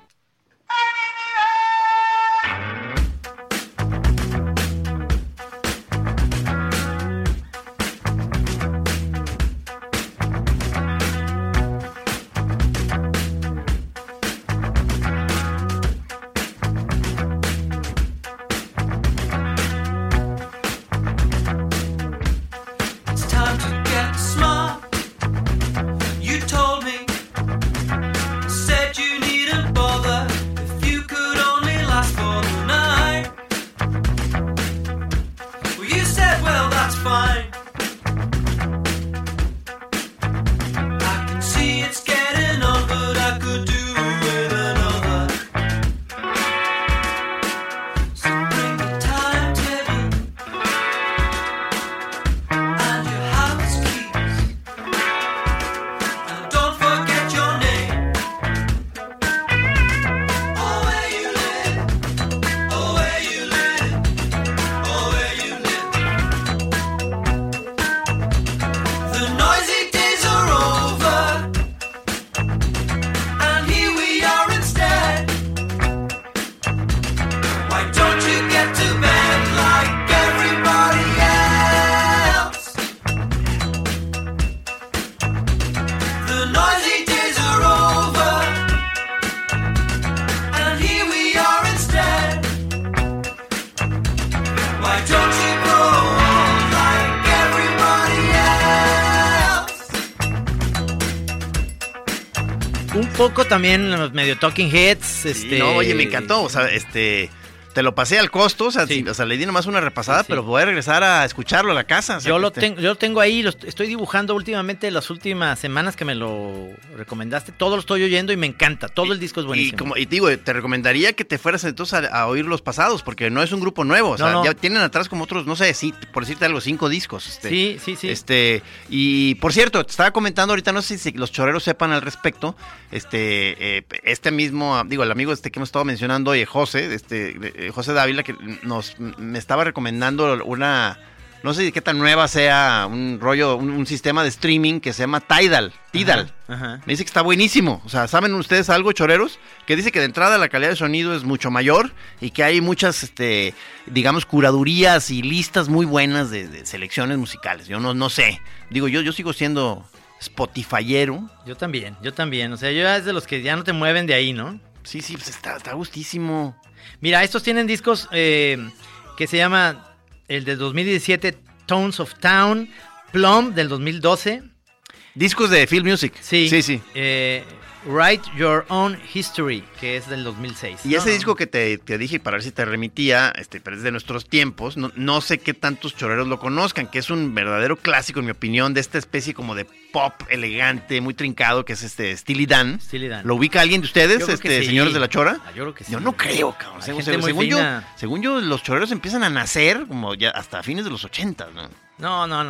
Poco también los medio Talking Heads. Sí, este... no, oye, me encantó. O sea, este. Te lo pasé al costo, o sea, sí. o sea, le di nomás una repasada, sí, sí. pero voy a regresar a escucharlo a la casa. O sea, yo, lo te... ten, yo lo tengo ahí, lo estoy dibujando últimamente las últimas semanas que me lo recomendaste. Todo lo estoy oyendo y me encanta, todo y, el disco es buenísimo. Y, como, y te digo, te recomendaría que te fueras entonces a, a oír los pasados, porque no es un grupo nuevo, o sea, no, no. ya tienen atrás como otros, no sé, sí, por decirte algo, cinco discos. Este, sí, sí, sí. Este, y por cierto, te estaba comentando ahorita, no sé si los choreros sepan al respecto, este, eh, este mismo, digo, el amigo este que hemos estado mencionando, oye, José, este, eh, José Dávila, que nos me estaba recomendando una, no sé qué tan nueva sea, un rollo, un, un sistema de streaming que se llama Tidal, Tidal. Ajá, ajá. Me dice que está buenísimo. O sea, ¿saben ustedes algo, choreros? Que dice que de entrada la calidad de sonido es mucho mayor y que hay muchas, este, digamos, curadurías y listas muy buenas de, de selecciones musicales. Yo no, no sé. Digo, yo, yo sigo siendo Spotifyero. Yo también, yo también. O sea, yo es de los que ya no te mueven de ahí, ¿no? Sí, sí, pues está, está gustísimo. Mira, estos tienen discos eh, que se llama el del dos mil diecisiete, Tones of Town, Plum del dos mil doce. Discos de Field Music. Sí, sí, sí. Eh, Write Your Own History, que es del dos mil seis. Y no, ese no. disco que te, te dije para ver si te remitía, este, pero es de nuestros tiempos, no, no sé qué tantos choreros lo conozcan, que es un verdadero clásico, en mi opinión, de esta especie como de pop elegante, muy trincado, que es este Steely Dan. Steely Dan. ¿Lo ubica alguien de ustedes, este, sí. señores de la Chora? Ah, yo creo que sí. Yo no creo, cabrón. Según, según, según yo, según yo, los choreros empiezan a nacer como ya hasta fines de los ochentas, ¿no? No, no, no.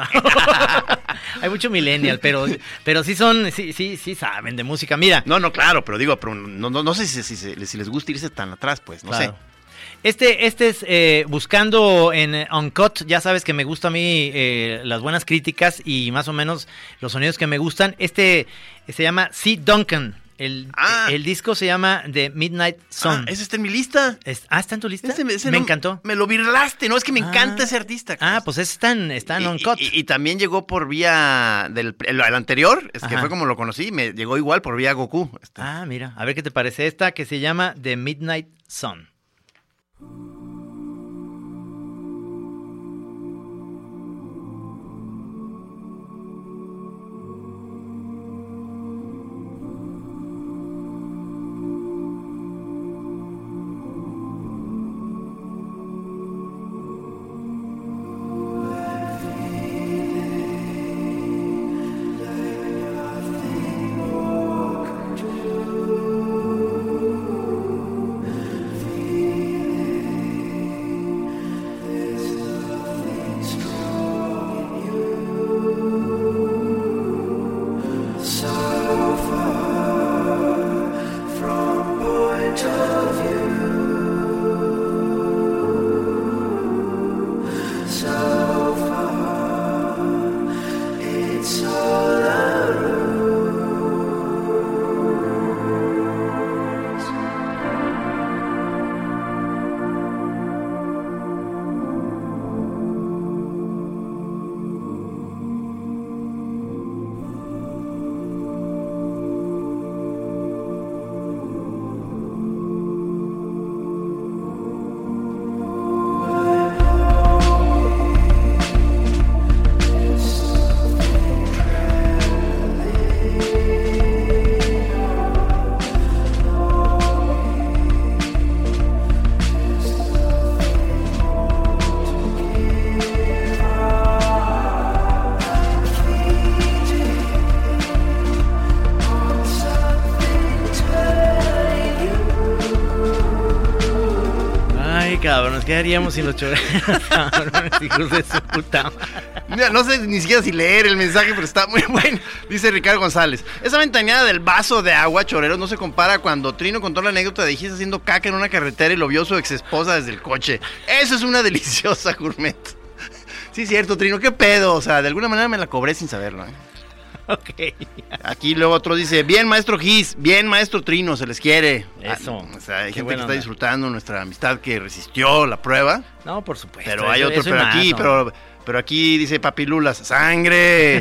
Hay mucho millennial, pero, pero sí son, sí, sí, sí saben de música. Mira. No, no, claro, pero digo, pero no, no, no sé si, si, si, si les gusta irse tan atrás, pues, no claro. sé. Este, este es eh, buscando en eh, Uncut, ya sabes que me gusta a mí eh, las buenas críticas y más o menos los sonidos que me gustan. Este eh, se llama C. Duncan. El, Ah. el disco se llama The Midnight Sun. Ah, ese está en mi lista. Es- ah, ¿está en tu lista? Ese- ese me no- encantó. Me lo virlaste, ¿no? Es que me Ah. encanta ese artista. Ah, pues ese está en, está en Y- Uncut. Y, y también llegó por vía del el, el anterior, es que Ajá. fue como lo conocí, me llegó igual por vía Goku. Este. Ah, mira, a ver qué te parece esta que se llama The Midnight Sun. Ay, cabrón, ¿qué haríamos sin los choreros? Cabrones, hijos de su puta madre. Mira, no sé ni siquiera si leer el mensaje, pero está muy bueno. Dice Ricardo González. Esa ventaneada del vaso de agua, choreros, no se compara cuando Trino contó la anécdota de Gis haciendo caca en una carretera y lo vio su ex esposa desde el coche. Eso es una deliciosa gourmet. Sí, cierto, Trino, qué pedo. O sea, de alguna manera me la cobré sin saberlo, ¿eh? Ok. Aquí luego otro dice, bien maestro Gis, bien maestro Trino, se les quiere. Eso. Ah, o sea, hay Qué gente buena que está onda. disfrutando nuestra amistad que resistió la prueba. No, por supuesto. Pero hay eso- otro, eso y pero más, aquí, ¿no? pero, pero aquí dice Papilulas, ¡sangre!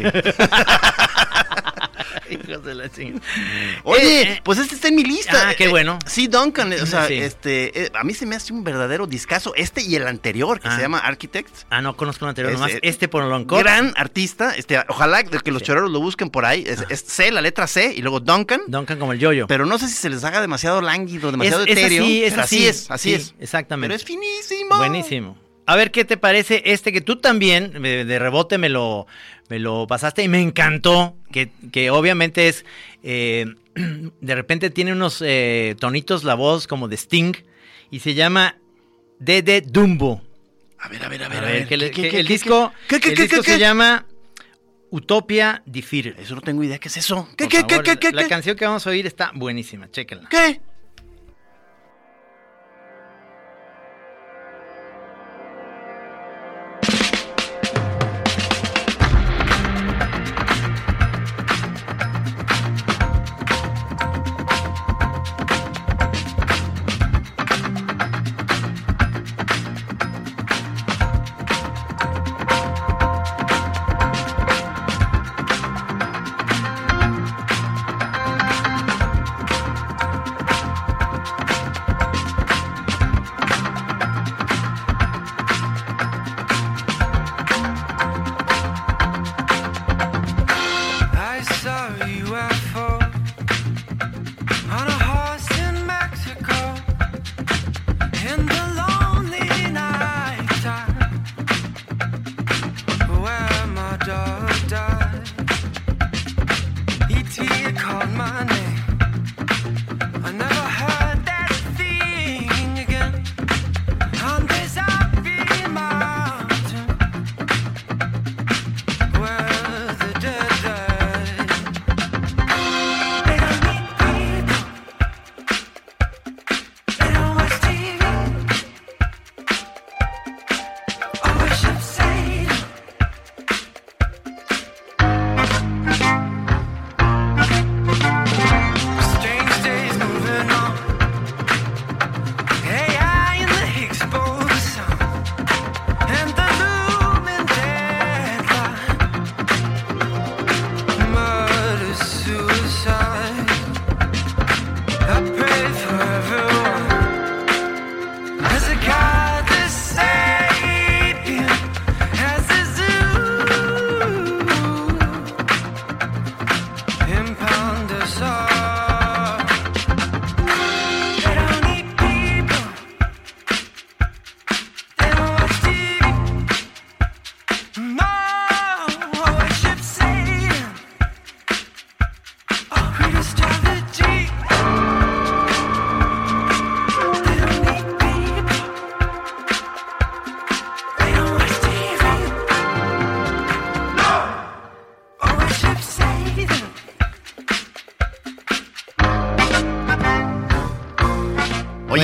Hijos de la chingada. Oye, Eh, eh, pues este está en mi lista. Ah, qué Eh, bueno. Sí, Duncan, o sea, Sí. este, eh, a mí se me hace un verdadero discazo, este y el anterior, que Ah. se llama Architects. Ah, no conozco el anterior, Es- nomás es- este por el Uncut. Gran artista, este, ojalá que los Sí. choreros lo busquen por ahí. Es, es C, la letra C, y luego Duncan. Duncan como el yoyo. Pero no sé si se les haga demasiado lánguido, demasiado es, es etéreo. así, es pero así. así es, así Sí, es. Exactamente. Pero es finísimo. Buenísimo. A ver qué te parece este que tú también de, de rebote me lo, me lo pasaste y me encantó. Que, que obviamente es. eh, de repente tiene unos eh, tonitos la voz como de Sting. Y se llama Dede Dumbo. A ver, a ver, a A ver. ver, a ver, que le- ¿qué, que qué, el qué, disco, qué, qué, el qué, disco qué, se qué? llama Utopia Defeated. Eso no tengo idea, ¿qué es eso? ¿Qué, Por qué, qué, favor, qué, qué, La qué? canción que vamos a oír está buenísima, chéquenla. ¿Qué?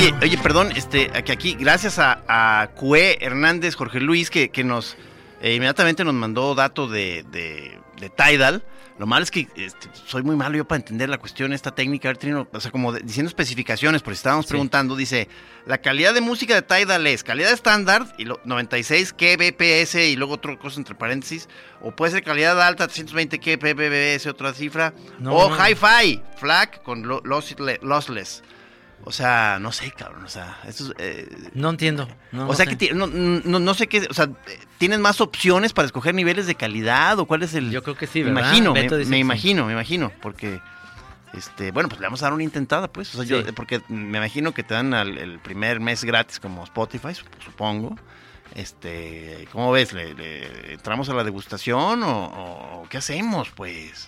Oye, oye, perdón, este, aquí, aquí gracias a, a Cue Hernández, Jorge Luis, que, que nos eh, inmediatamente nos mandó dato de, de, de Tidal. Lo malo es que este, soy muy malo yo para entender la cuestión, esta técnica, a ver, Trino, o sea, como de, diciendo especificaciones, por si estábamos sí. preguntando, dice, la calidad de música de Tidal es calidad estándar, y lo, noventa y seis kilobits y luego otra cosa entre paréntesis, o puede ser calidad alta, trescientos veinte kilobits, otra cifra, no, o no. Hi-Fi, FLAC con lo, lossless. O sea, no sé, cabrón, o sea, esto es, eh, no entiendo. No, o no sea, sé. que no, no, no sé qué, o sea, ¿tienes más opciones para escoger niveles de calidad o cuál es el...? Yo creo que sí, me ¿verdad? Imagino, me, me me imagino, me imagino, porque, este, bueno, pues le vamos a dar una intentada, pues, o sea, sí. yo, porque me imagino que te dan al, el primer mes gratis como Spotify, supongo. Este, ¿cómo ves? ¿Le, le entramos a la degustación o, o qué hacemos, pues?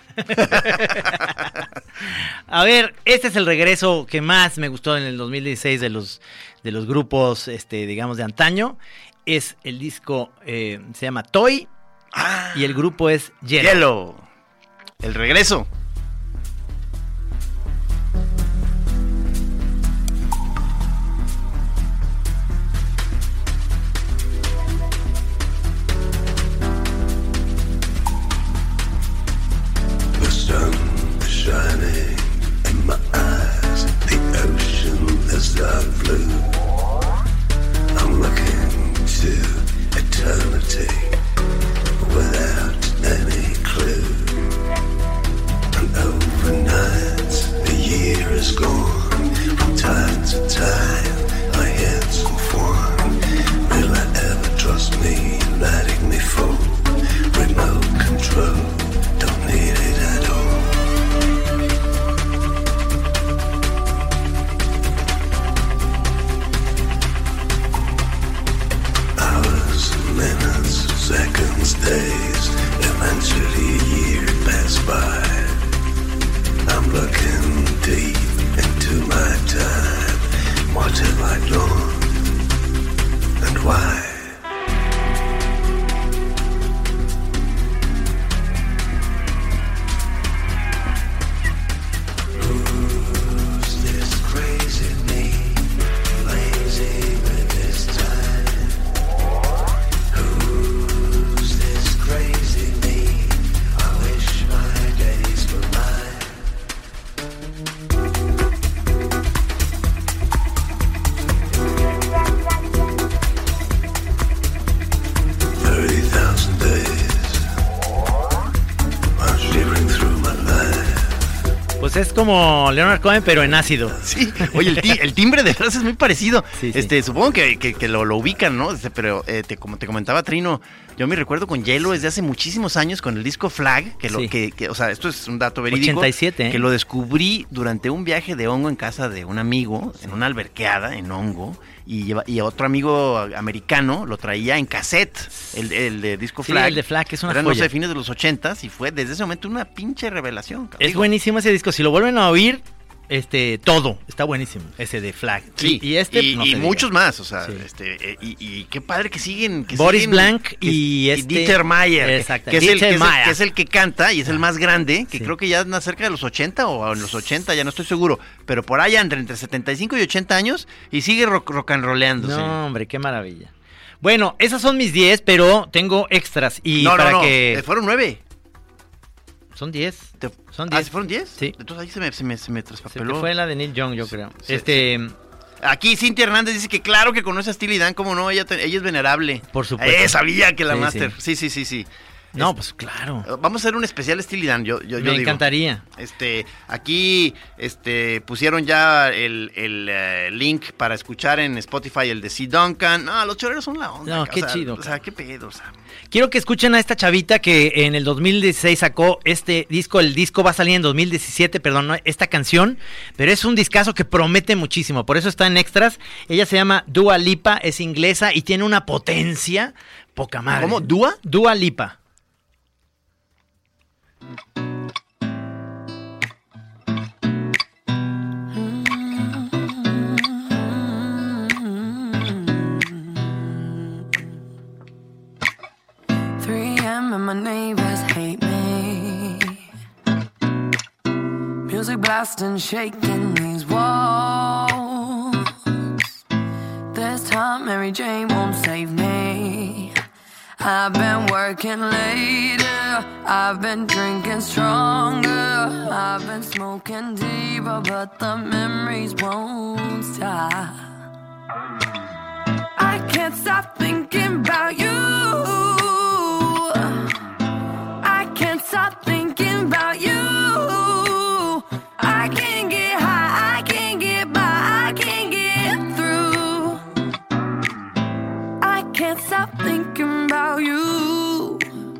A ver, este es el regreso que más me gustó en el dos mil dieciséis de los, de los grupos, este, digamos, de antaño. Es el disco, eh, se llama Toy, ah, y el grupo es Yellow. Yellow. El regreso. Shining in my eyes, the ocean is dark blue. I'm looking to eternity without any clue. And overnight, a year is gone. From time to time, I had some fun. Will I ever trust me, letting me fall? Remote control, don't need it at all. Minutes, seconds, days, eventually a year pass by. I'm looking deep into my time. What have I done? And why? Who's this crazy me, lazy with his time? Pues es como Leonard Cohen, pero en ácido. Sí, oye, el, ti- el timbre de verdad es muy parecido. Sí, sí. Este, supongo que, que, que lo, lo ubican, ¿no? Este, pero eh, te, como te comentaba Trino, yo me recuerdo con Yellow desde hace muchísimos años con el disco Flag, que lo Sí. que, que, o sea, esto es un dato verídico. ochenta y siete, ¿eh? Que lo descubrí durante un viaje de hongo en casa de un amigo, en una alberqueada en hongo. Y, lleva, y otro amigo americano lo traía en cassette, el, el de disco Sí, Flag. el de Flag, es una Eran joya. los de fines de los ochentas y fue desde ese momento una pinche revelación. Cabrón. Es Digo, buenísimo ese disco. Si lo vuelven a oír, este, todo está buenísimo. Ese de Flag. Sí, y, y este y, no y se muchos diga. más, o sea, Sí. este, eh, y, y qué padre que siguen. Que Boris siguen, Blanc que- y este- Dieter Mayer, que- Exacto, que, es el, Dieter que, es el, Mayer. que es el que canta y es el más grande, que Sí. creo que ya anda cerca de los ochenta o en los ochenta, ya no estoy seguro, pero por allá entre, entre setenta y cinco y ochenta años y sigue rock, rock and rolleándose. No, hombre, qué maravilla. Bueno, esas son mis diez, pero tengo extras. Y no, para no, no, que... eh, fueron nueve. Son diez. Te- Son ¿Ah, diez. ¿sí fueron diez? Sí. Entonces ahí se me, se me, se me Se traspapeló. te fue la de Neil Young, yo creo. sí, este... Aquí Cintia Hernández dice que claro que conoce a Steely Dan, cómo no, ella, te- ella es venerable. Por supuesto. Eh, sabía que la Sí, Master. Sí, sí, sí, sí. No, Es- pues claro. Vamos a hacer un especial Steely Dan, yo, yo, yo Me digo. encantaría. Este, aquí este, pusieron ya el, el eh, link para escuchar en Spotify el de C. Duncan. No, los choreros son la onda. No, o qué sea, chido, O sea, qué pedo, o sea. Quiero que escuchen a esta chavita que en el dos mil dieciséis sacó este disco. El disco va a salir en dos mil diecisiete, perdón, no, esta canción. Pero es un discazo que promete muchísimo. Por eso está en extras. Ella se llama Dua Lipa, es inglesa y tiene una potencia poca madre. ¿Cómo? ¿Dua? Dua Lipa. three a.m. and my neighbors hate me. Music blasting, shaking these walls. Mary Jane won't save me. I've been working later, I've been drinking stronger, I've been smoking deeper, but the memories won't stop. I can't stop thinking about you. I can't stop thinking about you. I can't get high, I can't get by, I can't get through. I can't stop thinking about you.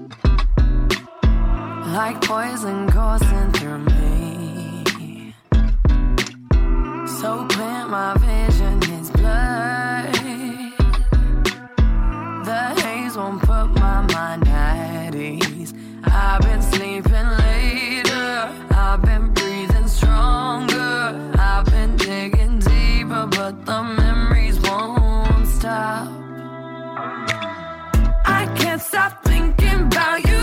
Like poison coursing through me, so clear my vision is blurred. The haze won't put my mind at ease. I've been sleeping later, I've been breathing stronger, I've been digging deeper, but the memories won't stop. I can't stop thinking about you.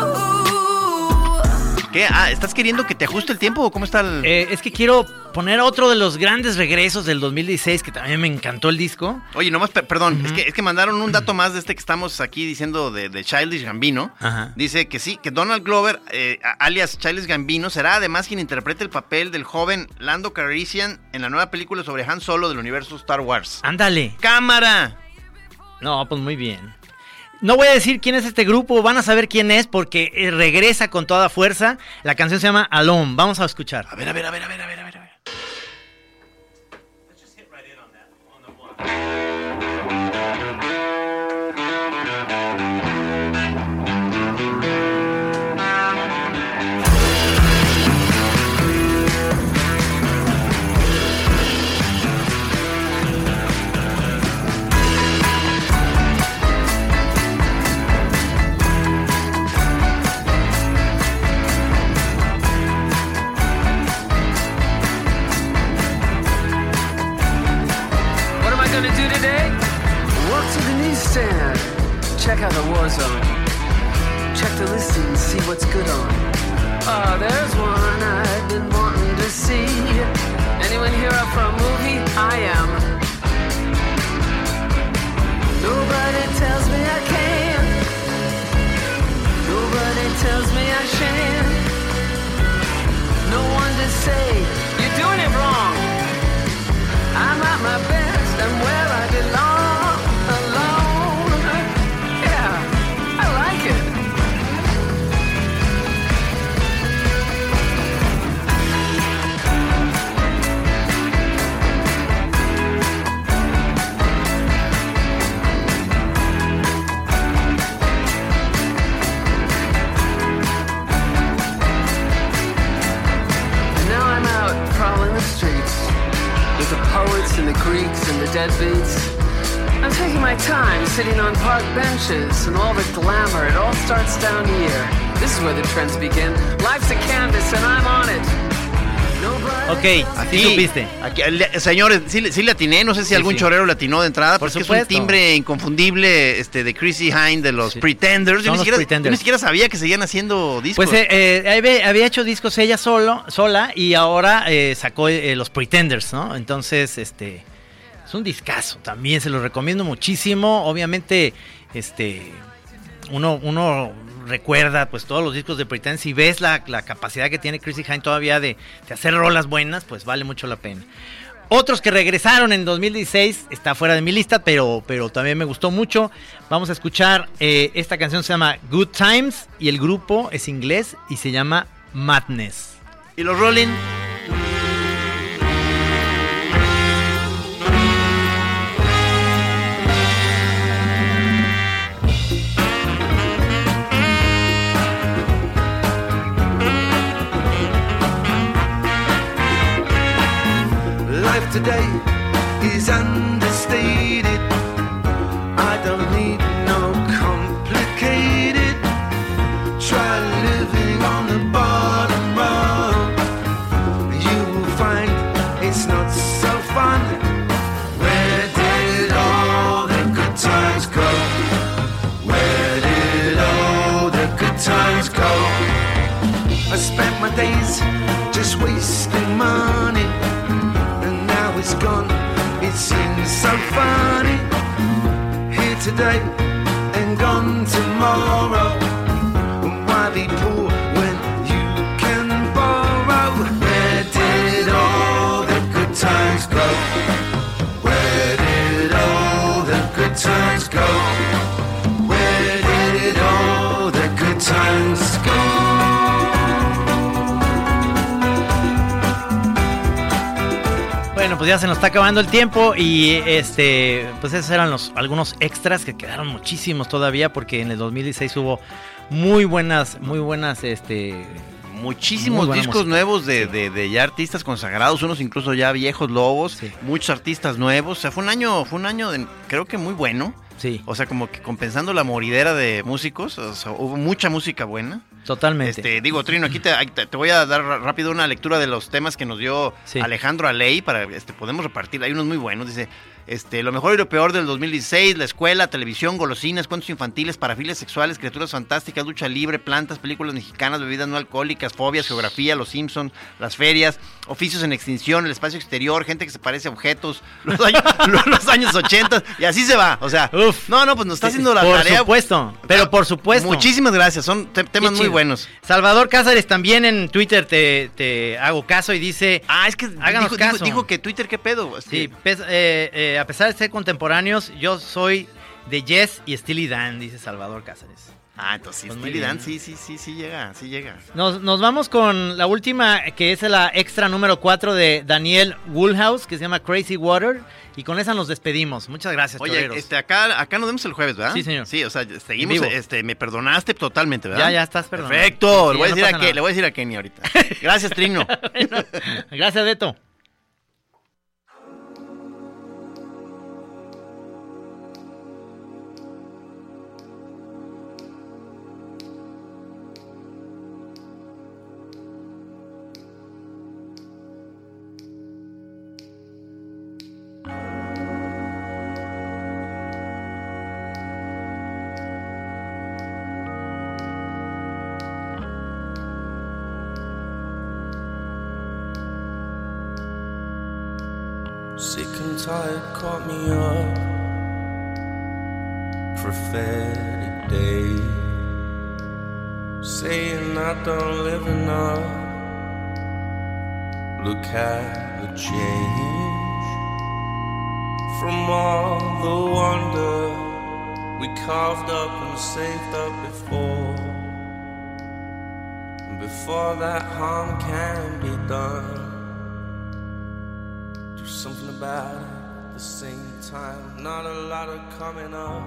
¿Qué? Ah, ¿estás queriendo que te ajuste el tiempo o cómo está el...? Eh, es que quiero poner otro de los grandes regresos del dos mil dieciséis, que también me encantó el disco. Oye, nomás, per- perdón, Uh-huh. es, que, es que mandaron un dato más de este que estamos aquí diciendo de, de Childish Gambino. Ajá. Dice que sí, que Donald Glover, eh, alias Childish Gambino, será además quien interprete el papel del joven Lando Calrissian en la nueva película sobre Han Solo del universo Star Wars. Ándale. ¡Cámara! No, pues muy bien. No voy a decir quién es este grupo, van a saber quién es porque eh, regresa con toda fuerza. La canción se llama Alone, vamos a escuchar. A ver, a ver, a ver, a ver, a ver, a ver. What am I gonna do today? Walk to the newsstand, check out the war zone, check the listings, see what's good on. Oh, there's one I've been wanting to see. Anyone here up for a movie? I am. Nobody tells me I can. Nobody tells me I shan't. No one to say you're doing it wrong. I'm at my best, I'm where I belong, alone. Yeah, I like it. Now I'm out prowling the streets with the poets and the Greeks and the deadbeats. I'm taking my time sitting on park benches and all the glamour. It all starts down here. This is where the trends begin. Life's a canvas and I'm on it. Ok, así Sí, supiste. aquí, el- señores, sí, le- sí le atiné, no sé si Sí, algún sí. chorero le atinó de entrada, Por porque es un supuesto. timbre inconfundible este, de Chrissy Hynde de los Pretenders. Yo Son ni, los siquiera, yo Pretenders. ni siquiera sabía que seguían haciendo discos. Pues eh, eh, había, había hecho discos ella solo, sola y ahora eh, sacó eh, los Pretenders, ¿no? Entonces, este, es un discazo, también se lo recomiendo muchísimo. Obviamente, este, uno, uno recuerda pues todos los discos de Pretenders y ves la, la capacidad que tiene Chrissy Hynde todavía de, de hacer rolas buenas, pues vale mucho la pena. Otros que regresaron en dos mil dieciséis, está fuera de mi lista, pero, pero también me gustó mucho. Vamos a escuchar, eh, esta canción se llama Good Times y el grupo es inglés y se llama Madness. ¿Y los Rolling? Life today is understated. I don't need no complicated. Try living on the bottom rung. You will find it's not so fun. Where did all the good times go? Where did all the good times go? I spent my days just wasting money. It's gone, it seems so funny. today and gone tomorrow. Why be poor when you can borrow? Where did all the good times go? Where did all the good times go? Where did all the good times go? Bueno, pues ya se nos está acabando el tiempo y este, pues esos eran los algunos extras que quedaron muchísimos todavía porque en el dos mil dieciséis hubo muy buenas, muy buenas, este, muchísimos muy discos nuevos de, de, de ya artistas consagrados, unos incluso ya viejos lobos, sí. Muchos artistas nuevos. O sea, fue un año, fue un año de, creo que muy bueno. Sí. O sea, como que compensando la moridera de músicos, o sea, hubo mucha música buena. Totalmente. Este, digo, Trino, aquí te, te voy a dar rápido una lectura de los temas que nos dio sí. Alejandro Aley para este podemos repartir. Hay unos muy buenos, dice, este, lo mejor y lo peor del dos mil dieciséis, la escuela, televisión, golosinas, cuentos infantiles, parafilias sexuales, criaturas fantásticas, lucha libre, plantas, películas mexicanas, bebidas no alcohólicas, fobias, geografía, los Simpsons, las ferias, oficios en extinción, el espacio exterior, gente que se parece a objetos, los años, los años ochenta, y así se va. O sea, uf, no, no, pues nos está haciendo la por tarea. Por supuesto, pero por supuesto. Muchísimas gracias, son te- temas muy buenos. Salvador Cázares también en Twitter te, te hago caso y dice... Ah, es que háganos dijo, caso. Dijo, dijo que Twitter, ¿qué pedo? Sí, pes, eh, eh, a pesar de ser contemporáneos, yo soy de Yes y Steely Dan, dice Salvador Cázares. Ah, entonces sí, pues Steely Dan, sí, sí, sí, sí llega, sí llega. Nos, nos vamos con la última, que es la extra número cuatro de Daniel Woolhouse, que se llama Crazy Water, y con esa nos despedimos. Muchas gracias, Oye, choreros. este, acá, acá nos vemos el jueves, ¿verdad? Sí, señor. Sí, o sea, seguimos, este, me perdonaste totalmente, ¿verdad? Ya, ya estás perdonado. Perfecto, Sí, le, voy a no decir a pasa Ke- le voy a decir a Kenny ahorita. Gracias, Trino. Bueno, gracias, Beto. Sick and tired caught me up. Prophetic day, saying I don't live enough. Look at the change from all the wonder we carved up and saved up before. And before that harm can be done, something about it at the same time. Not a lot of coming up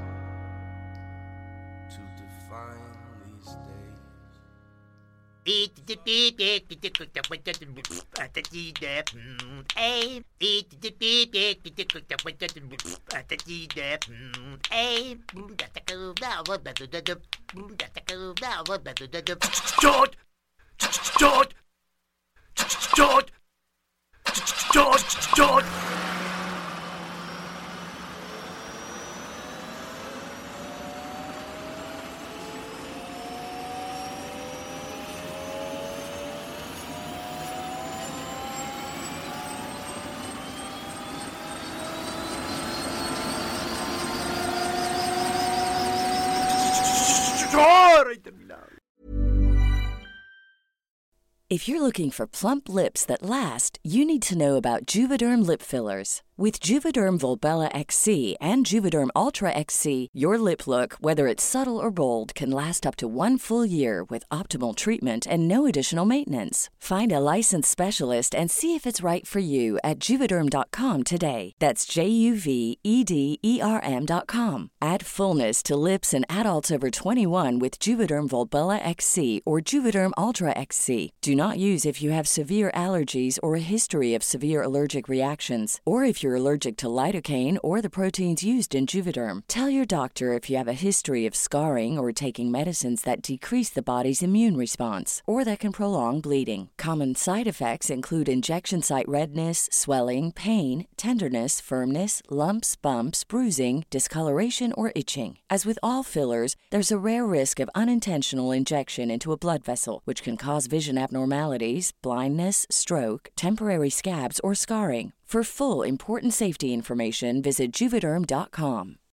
to define these days. George! George! George! George, George. If you're looking for plump lips that last, you need to know about Juvederm lip fillers. With Juvederm Volbella X C and Juvederm Ultra X C, your lip look, whether it's subtle or bold, can last up to one full year with optimal treatment and no additional maintenance. Find a licensed specialist and see if it's right for you at Juvederm dot com today. That's J U V E D E R M dot com. Add fullness to lips in adults over twenty-one with Juvederm Volbella X C or Juvederm Ultra X C. Do not use if you have severe allergies or a history of severe allergic reactions, or if you're allergic to lidocaine or the proteins used in Juvederm. Tell your doctor if you have a history of scarring or taking medicines that decrease the body's immune response or that can prolong bleeding. Common side effects include injection site redness, swelling, pain, tenderness, firmness, lumps, bumps, bruising, discoloration, or itching. As with all fillers, there's a rare risk of unintentional injection into a blood vessel, which can cause vision abnormalities, blindness, stroke, temporary scabs, or scarring. For full important safety information, visit Juvederm dot com.